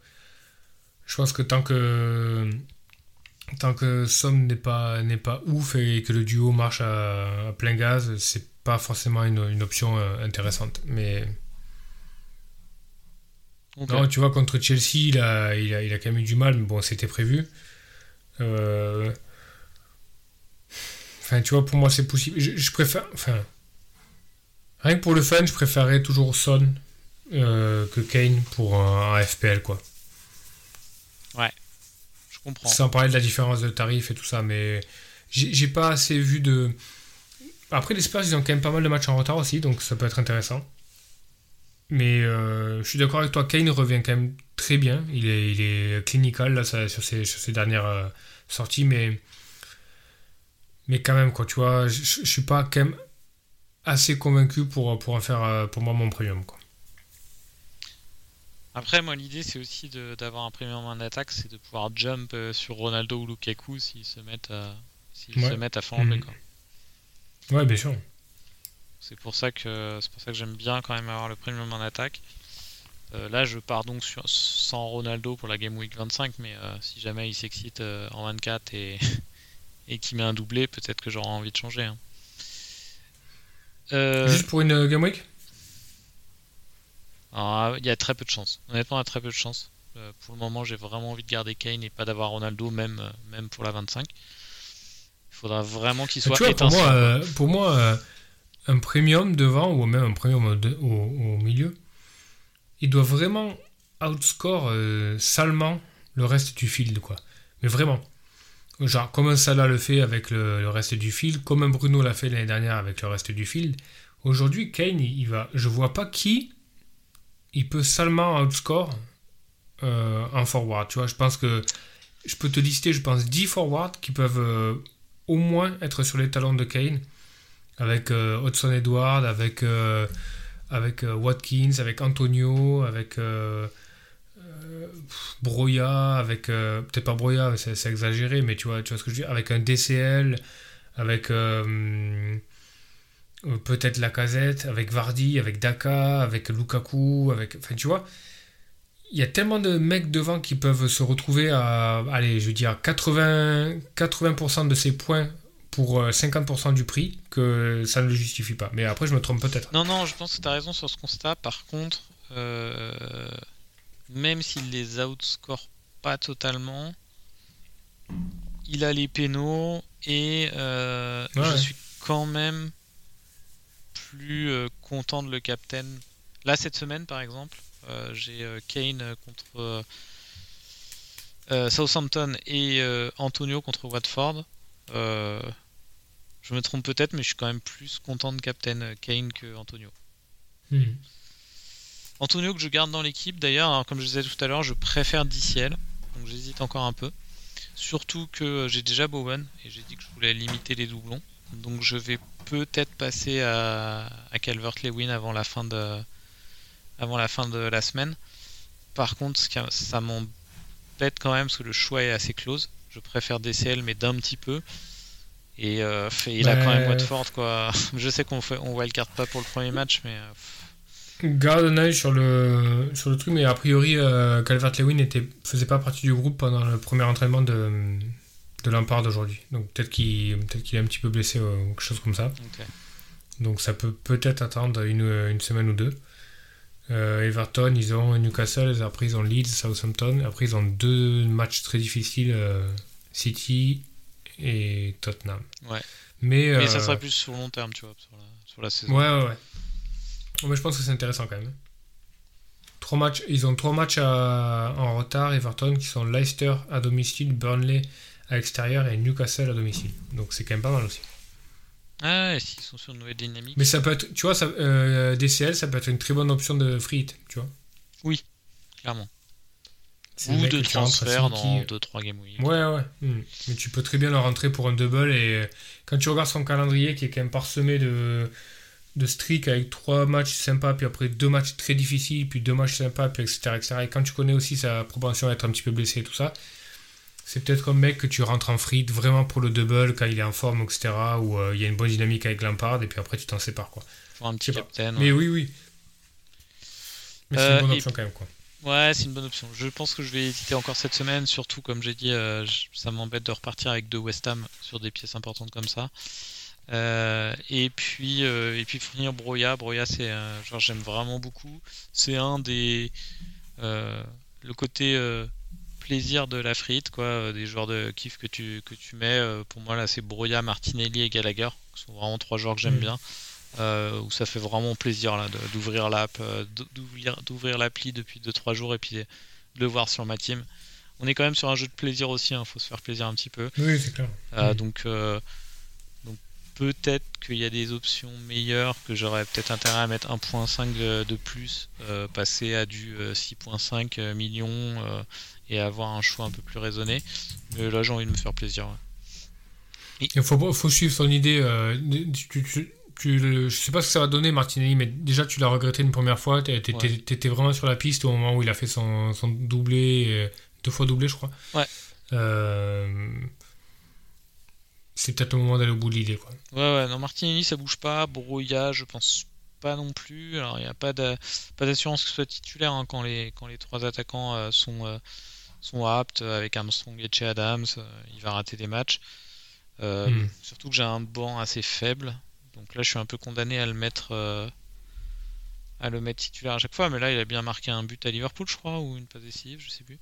tant que Son n'est pas ouf et que le duo marche à plein gaz, c'est pas forcément une option intéressante. Mais okay. Non, tu vois, contre Chelsea, il a quand même eu du mal, mais bon, c'était prévu. Enfin, tu vois, pour moi, c'est possible. Je préfère... Enfin, rien que pour le fun, je préférerais toujours Son que Kane pour un FPL, quoi. Ouais, je comprends. Sans parler de la différence de tarif et tout ça, mais j'ai pas assez vu de... Après, les Spurs, ils ont quand même pas mal de matchs en retard aussi, donc ça peut être intéressant. Mais je suis d'accord avec toi, Kane revient quand même très bien. Il est clinical là, sur ses dernières sorties, mais quand même, quoi, tu vois, je suis pas quand même assez convaincu pour en faire pour moi mon premium, quoi. Après, moi, l'idée, c'est aussi d'avoir un premium en attaque, c'est de pouvoir jump sur Ronaldo ou Lukaku s'ils se mettent à flamber, quoi. Ouais, bien sûr. C'est pour ça que j'aime bien quand même avoir le premium en attaque. Là, je pars donc sans Ronaldo pour la Game Week 25, mais si jamais il s'excite en 24 et qu'il met un doublé, peut-être que j'aurai envie de changer. Hein. Juste pour une Game Week ? Alors, il y a très peu de chance. Honnêtement, il y a très peu de chance. Pour le moment, j'ai vraiment envie de garder Kane et pas d'avoir Ronaldo, même pour la 25. Il faudra vraiment qu'il soit étincelant. Pour moi, un premium devant, ou même un premium au milieu, il doit vraiment outscore salement le reste du field, quoi. Mais vraiment. Genre, comme un Salah le fait avec le reste du field, comme un Bruno l'a fait l'année dernière avec le reste du field. Aujourd'hui, Kane, je vois pas qui il peut salement outscore en forward. Tu vois, je pense que je peux te lister, 10 forwards qui peuvent au moins être sur les talons de Kane, avec Hudson-Edouard, avec Watkins, avec Antonio, avec Broya, avec peut-être pas Broya, mais c'est exagéré, mais tu vois ce que je veux dire, avec un DCL, avec peut-être Lacazette, avec Vardy, avec Daka, avec Lukaku, enfin tu vois, il y a tellement de mecs devant qui peuvent se retrouver à, allez, je veux dire, 80% de ces points pour 50% du prix que ça ne le justifie pas. Mais après, je me trompe peut-être. Non, je pense que tu as raison sur ce constat. Par contre, même s'il les outscore pas totalement, il a les pénaux et je suis quand même plus content de le captain. Là, cette semaine, par exemple, j'ai Kane contre Southampton et Antonio contre Watford. Je me trompe peut-être, mais je suis quand même plus content de captain Kane que Antonio. Antonio que je garde dans l'équipe, d'ailleurs, hein, comme je disais tout à l'heure, je préfère DCL, donc j'hésite encore un peu. Surtout que j'ai déjà Bowen et j'ai dit que je voulais limiter les doublons. Donc je vais peut-être passer à Calvert-Lewin avant la fin de la semaine. Par contre, ça m'embête quand même parce que le choix est assez close. Je préfère DCL mais d'un petit peu. Et il a quand même Watford quoi. Je sais qu'on wildcard pas pour le premier match, mais garde un œil sur le truc, mais a priori Calvert-Lewin faisait pas partie du groupe pendant le premier entraînement de Lampard aujourd'hui. Donc peut-être qu'il est un petit peu blessé ou quelque chose comme ça. Okay. Donc ça peut-être attendre une semaine ou deux. Everton, ils ont Newcastle, après ils ont Leeds, Southampton, après ils ont 2 matchs très difficiles, City et Tottenham. Ouais. Mais ça serait plus sur long terme, tu vois, sur la saison. Ouais. Mais je pense que c'est intéressant quand même. 3 matchs, ils ont 3 matchs en retard, Everton, qui sont Leicester à domicile, Burnley à l'extérieur et Newcastle à domicile. Donc c'est quand même pas mal aussi. Ah ouais, s'ils sont sur une nouvelle dynamique. Mais ça peut être, tu vois, DCL, ça peut être une très bonne option de free hit, tu vois. Oui, clairement. Ou de transfert dans 2-3 game week. Ouais. Mais tu peux très bien le rentrer pour un double et quand tu regardes son calendrier qui est quand même parsemé de streak avec 3 matchs sympas, puis après 2 matchs très difficiles, puis 2 matchs sympas, puis etc. Et quand tu connais aussi sa propension à être un petit peu blessé et tout ça, c'est peut-être un mec que tu rentres en free vraiment pour le double quand il est en forme, etc. Où il y a une bonne dynamique avec Lampard et puis après tu t'en sépares quoi. Pour un petit captain. Mais oui. Mais c'est une bonne option quand même quoi. Ouais, c'est une bonne option. Je pense que je vais hésiter encore cette semaine, surtout comme j'ai dit, ça m'embête de repartir avec 2 West Ham sur des pièces importantes comme ça. Et puis finir Broya, c'est genre j'aime vraiment beaucoup. C'est un des le côté plaisir de la frite quoi, des joueurs de kiff que tu mets. Pour moi là c'est Broya, Martinelli et Gallagher, qui sont vraiment 3 joueurs que j'aime bien. Où ça fait vraiment plaisir là d'ouvrir l'app, d'ouvrir l'appli depuis 2-3 jours et puis de le voir sur ma team. On est quand même sur un jeu de plaisir aussi, faut se faire plaisir un petit peu. Oui, c'est clair. Donc peut-être qu'il y a des options meilleures, que j'aurais peut-être intérêt à mettre 1.5 de plus, passer à du 6.5 millions et avoir un choix un peu plus raisonné. Mais là j'ai envie de me faire plaisir. Ouais. Il faut suivre son idée. Je sais pas ce que ça va donner Martinelli, mais déjà tu l'as regretté une première fois, t'étais vraiment sur la piste au moment où il a fait son doublé, 2 fois doublé je crois. Ouais. C'est peut-être le moment d'aller au bout de l'idée quoi. Ouais, non, Martinelli ça bouge pas, Broya je pense pas non plus. Alors il n'y a pas d'assurance que ce soit titulaire hein, quand les 3 attaquants sont aptes, avec Armstrong et Che Adams, il va rater des matchs. Surtout que j'ai un banc assez faible. Donc là, je suis un peu condamné à le mettre titulaire à chaque fois. Mais là, il a bien marqué un but à Liverpool, je crois, ou une passe décisive, je sais plus.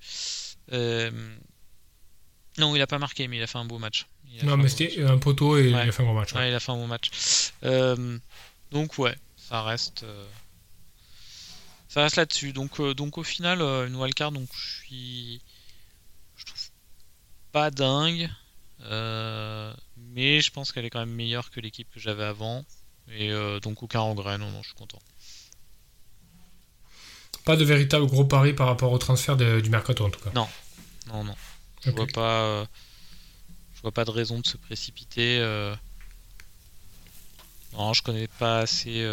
Non, il a pas marqué, mais il a fait un beau match. Non, mais c'était un poteau et il a fait un bon match. Ouais, il a fait un bon match. Donc ouais, ça reste là-dessus. Donc au final, une wildcard, donc je trouve pas dingue. Mais je pense qu'elle est quand même meilleure que l'équipe que j'avais avant et donc aucun regret, non je suis content. Pas de véritable gros pari par rapport au transfert du mercato en tout cas. Non je vois pas de raison de se précipiter. Non, je connais pas assez.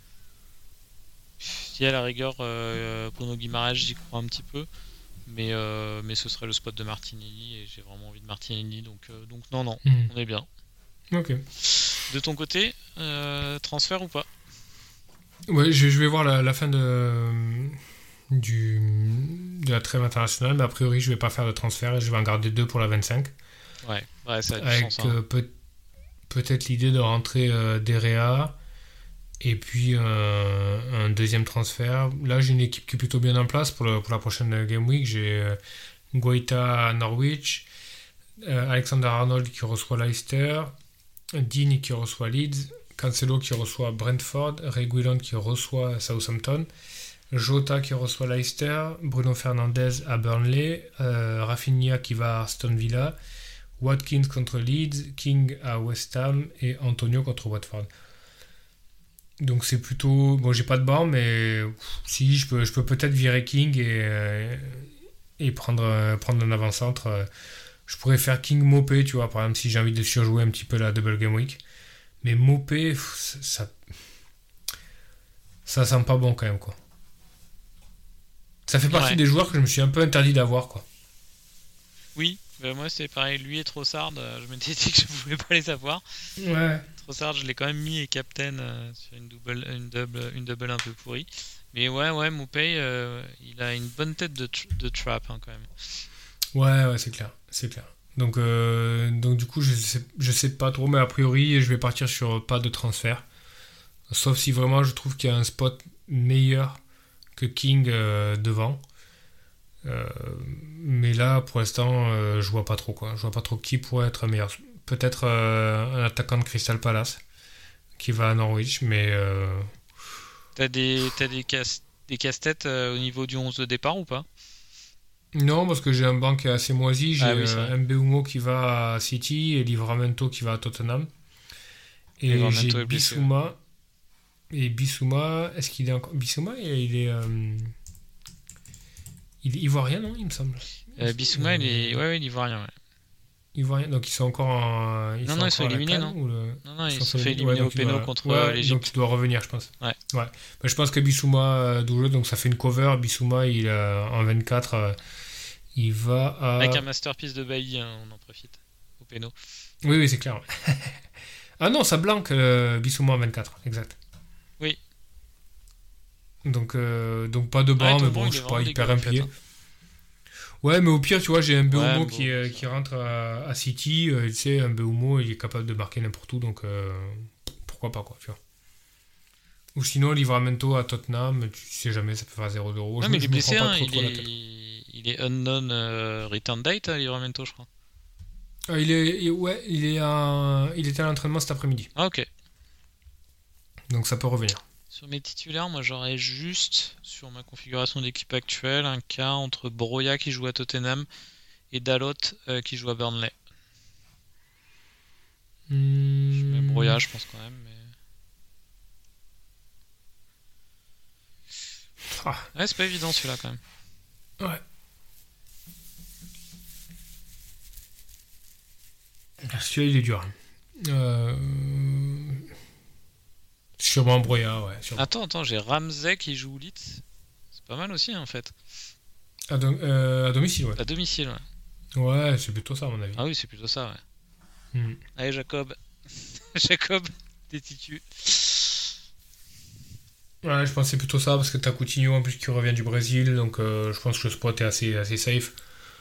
Si à la rigueur Bruno Guimaraes, j'y crois un petit peu. Mais ce serait le spot de Martinelli et j'ai vraiment envie de Martinelli, donc non, on est bien. Ok. De ton côté, transfert ou pas? Ouais, je vais voir la fin du de la trêve internationale, mais a priori, je vais pas faire de transfert et je vais en garder 2 pour la 25. Ouais, ça a du avec sens. Hein. Peut-être l'idée de rentrer Derea et puis un deuxième transfert. Là, j'ai une équipe qui est plutôt bien en place pour la prochaine Game Week. J'ai Guaita à Norwich, Alexander Arnold qui reçoit Leicester, Dean qui reçoit Leeds, Cancelo qui reçoit Brentford, Reguilon qui reçoit Southampton, Jota qui reçoit Leicester, Bruno Fernandes à Burnley, Rafinha qui va à Aston Villa, Watkins contre Leeds, King à West Ham et Antonio contre Watford. Donc c'est plutôt... Bon, j'ai pas de banc, mais si, je peux peut-être virer King et prendre un avant-centre. Je pourrais faire King Mopé, tu vois, par exemple, si j'ai envie de surjouer un petit peu la Double Game Week. Mais Mopé, ça sent pas bon quand même, quoi. Ça fait partie des joueurs que je me suis un peu interdit d'avoir, quoi. Oui, moi c'est pareil, lui et Trossard, je m'étais dit que je pouvais pas les avoir. Ouais. Trossard, je l'ai quand même mis et captain sur une double un peu pourrie. Mais ouais, Mopé, il a une bonne tête de trap hein, quand même. Ouais, c'est clair. Donc du coup, je sais pas trop, mais a priori, je vais partir sur pas de transfert. Sauf si vraiment je trouve qu'il y a un spot meilleur que King devant. Mais là, pour l'instant, je vois pas trop quoi. Je vois pas trop qui pourrait être meilleur. Peut-être un attaquant de Crystal Palace qui va à Norwich, mais... T'as des casse-têtes au niveau du 11 de départ ou pas? Non, parce que j'ai un banc qui est assez moisi. J'ai Mbeumo qui va à City et Livramento qui va à Tottenham. Et j'ai Bissouma. Et Bissouma, est-ce qu'il est encore... Bissouma, il est ivoirien, non, il me semble. Bissouma, il est ivoirien, ouais. Ivoirien, donc ils sont encore en... Ils sont éliminés, non? Non, ils se sont fait éliminer au péno contre l'Égypte. Donc il doit revenir, je pense. Ouais. Bah, je pense que Bissouma double, donc ça fait une cover. Bissouma, en 24, il va à... Avec un masterpiece de Bailly, hein, on en profite, au péno. Oui, c'est clair. Ah non, ça blanque Bissouma en 24, exact. Oui. Donc pas de banc, mais bon, je suis pas hyper impliqué. Ouais, mais au pire, tu vois, j'ai un Mbeumo qui rentre à City. Tu sais, un Mbeumo, il est capable de marquer n'importe où, donc pourquoi pas, quoi, tu vois. Ou sinon, Livramento à Tottenham, tu sais jamais, ça peut faire 0-0. Non, mais il est blessé, hein, il est unknown return date, Livramento, je crois. Il était à l'entraînement cet après-midi. Ah, ok. Donc ça peut revenir. Sur mes titulaires, moi j'aurais juste, sur ma configuration d'équipe actuelle, un cas entre Broya qui joue à Tottenham et Dalot qui joue à Burnley. Je mets Broya, je pense quand même. Mais... Ouais, c'est pas évident celui-là quand même. Ouais. Celui-là, il est dur. Sûrement Broya, ouais. Sûrement. Attends, j'ai Ramsey qui joue Leeds. C'est pas mal aussi, en fait. À domicile, ouais. À domicile, ouais. Ouais, c'est plutôt ça, à mon avis. Ah oui, c'est plutôt ça, ouais. Allez, Jacob. Jacob, des titus. Ouais, je pense que c'est plutôt ça, parce que t'as Coutinho en plus qui revient du Brésil, donc je pense que le spot est assez safe.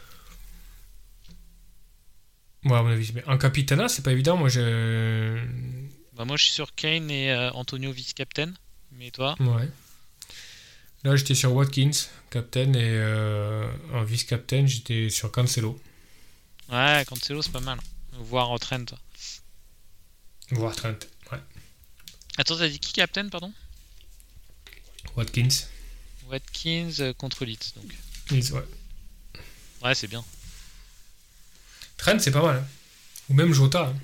Ouais, à mon avis, mais en capitana, c'est pas évident. Moi, moi, je suis sur Kane et Antonio vice-captain. Mais toi? Ouais. Là, j'étais sur Watkins, captain, et en vice-captain, j'étais sur Cancelo. Ouais, Cancelo, c'est pas mal. Voire Trent. Voire Trent, ouais. Attends, t'as dit qui captain, pardon? Watkins. Watkins contre Leeds, donc. Leeds, ouais. Ouais, c'est bien. Trent, c'est pas mal. Hein. Ou même Jota. Hein.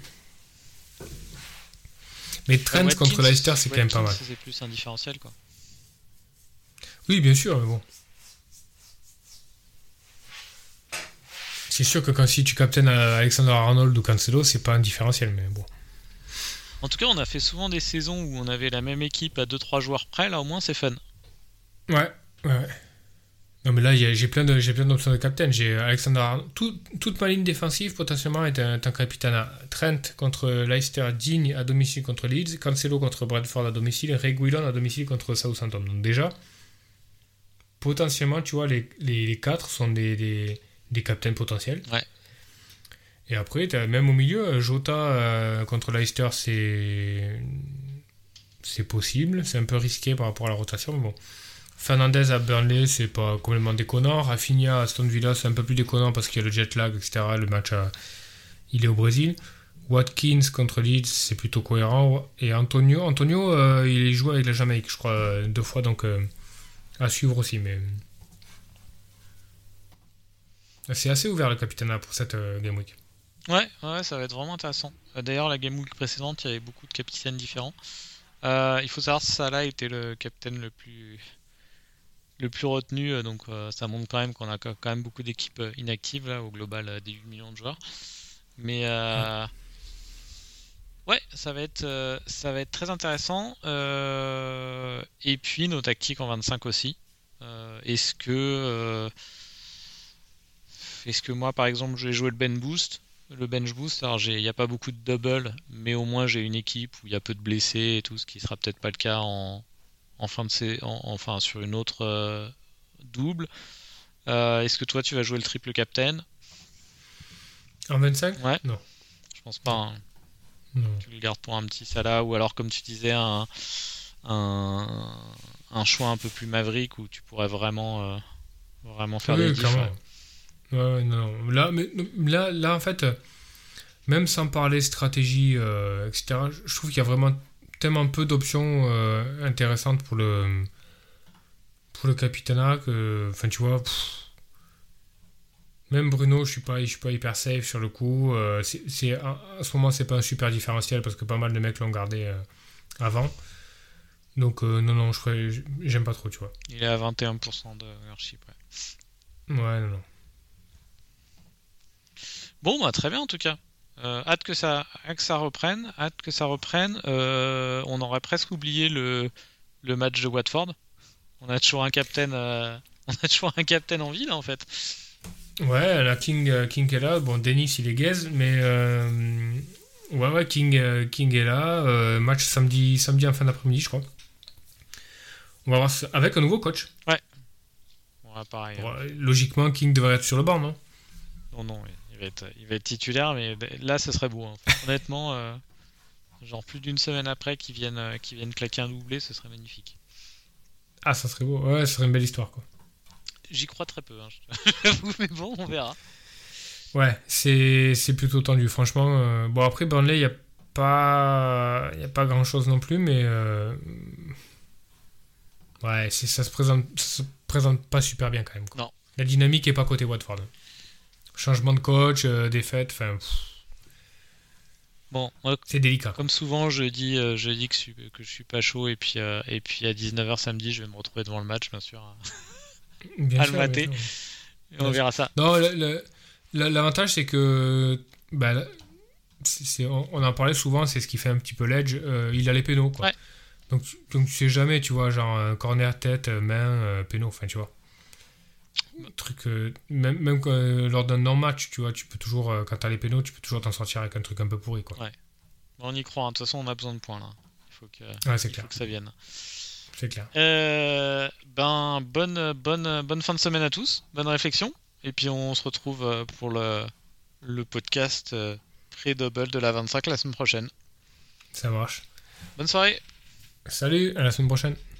Mais Trent Watkins, contre Leicester, c'est quand même pas mal. C'est plus un différentiel, quoi. Oui, bien sûr, mais bon. C'est sûr que si tu captaines Alexander Arnold ou Cancelo, c'est pas un différentiel, mais bon. En tout cas, on a fait souvent des saisons où on avait la même équipe à 2-3 joueurs près, là au moins c'est fun. Ouais. Non mais là, j'ai plein d'options de captain. J'ai Alexander Arnold. Toute ma ligne défensive potentiellement est un capitana. Trent contre Leicester, Digne à domicile contre Leeds, Cancelo contre Bradford à domicile, Reguilon à domicile contre Southampton. Donc déjà, potentiellement, tu vois, les 4 sont des captains potentiels. Ouais. Et après, même au milieu, Jota contre Leicester, c'est possible. C'est un peu risqué par rapport à la rotation, mais bon. Fernandez à Burnley, c'est pas complètement déconnant. Rafinha à Aston Villa, c'est un peu plus déconnant parce qu'il y a le jet lag, etc. Le match, il est au Brésil. Watkins contre Leeds, c'est plutôt cohérent. Et Antonio, il joue avec la Jamaïque, je crois, 2 fois, donc à suivre aussi. Mais c'est assez ouvert le capitana pour cette Game Week. Ouais, ça va être vraiment intéressant. D'ailleurs, la Game Week précédente, il y avait beaucoup de capitaines différents. Il faut savoir que Salah était le capitaine le plus retenu, donc ça montre quand même qu'on a quand même beaucoup d'équipes inactives, là, au global des 8 millions de joueurs. Mais ouais, ça va être très intéressant. Et puis nos tactiques en 25 aussi. Est-ce que moi, par exemple, je vais jouer le bench boost? Le bench boost, alors il n'y a pas beaucoup de double, mais au moins j'ai une équipe où il y a peu de blessés et tout, ce qui sera peut-être pas le cas en fin de enfin sur une autre double. Est-ce que toi tu vas jouer le triple captain? En 25 ? Ouais. Non. Je pense pas. Hein. Non. Tu le gardes pour un petit Salah, ou alors comme tu disais un choix un peu plus maverick où tu pourrais vraiment faire des diffs. Ouais, non. Là, en fait, même sans parler stratégie, etc., je trouve qu'il y a vraiment tellement peu d'options intéressantes pour le capitana que, enfin, tu vois, même Bruno, je suis pas hyper safe sur le coup. À ce moment, c'est pas un super différentiel parce que pas mal de mecs l'ont gardé avant. Donc, non, j'aime pas trop, tu vois. Il est à 21% de ownership, ouais. Ouais, non. Bon, bah, très bien en tout cas. Hâte que ça reprenne. On aurait presque oublié le match de Watford. On a toujours un captain en vie là en fait. Ouais, la King est là. Bon, Dennis il est gaze, mais ouais, King est là. Match samedi en fin d'après-midi, je crois. On va voir avec un nouveau coach. Ouais. Bon, pareil. Bon, logiquement, King devrait être sur le banc, non? Non, il va être titulaire, mais là, ce serait beau. Hein. Honnêtement, genre plus d'une semaine après qu'ils viennent claquer un doublé, ce serait magnifique. Ah, ça serait beau. Ouais, ce serait une belle histoire, quoi. J'y crois très peu, hein, j'avoue, mais bon, on verra. Ouais, c'est plutôt tendu, franchement. Bon, après, Burnley, il n'y a pas grand-chose non plus, mais ouais, ça se présente pas super bien, quand même. Quoi. Non. La dynamique est pas côté Watford. Changement de coach, défaite, enfin... Bon, c'est délicat. Comme souvent, je dis que je suis pas chaud, et puis à 19h samedi, je vais me retrouver devant le match, bien sûr. Bien sûr, le mater. Et on verra ça. Non, l'avantage, c'est que... on en parlait souvent, c'est ce qui fait un petit peu l'edge. Il a les pénaux, quoi. Ouais. Donc tu sais jamais, tu vois, genre corner, tête, main, pénaux, enfin, tu vois. Truc, même lors d'un non-match, tu vois, tu peux toujours, quand t'as les pénaux, tu peux toujours t'en sortir avec un truc un peu pourri, quoi. Ouais. Bon, on y croit, hein. De toute façon, on a besoin de points, là. Il faut que ça vienne. C'est clair. Bonne fin de semaine à tous, bonne réflexion, et puis on se retrouve pour le podcast pré-double de la 25 la semaine prochaine. Ça marche. Bonne soirée. Salut, à la semaine prochaine.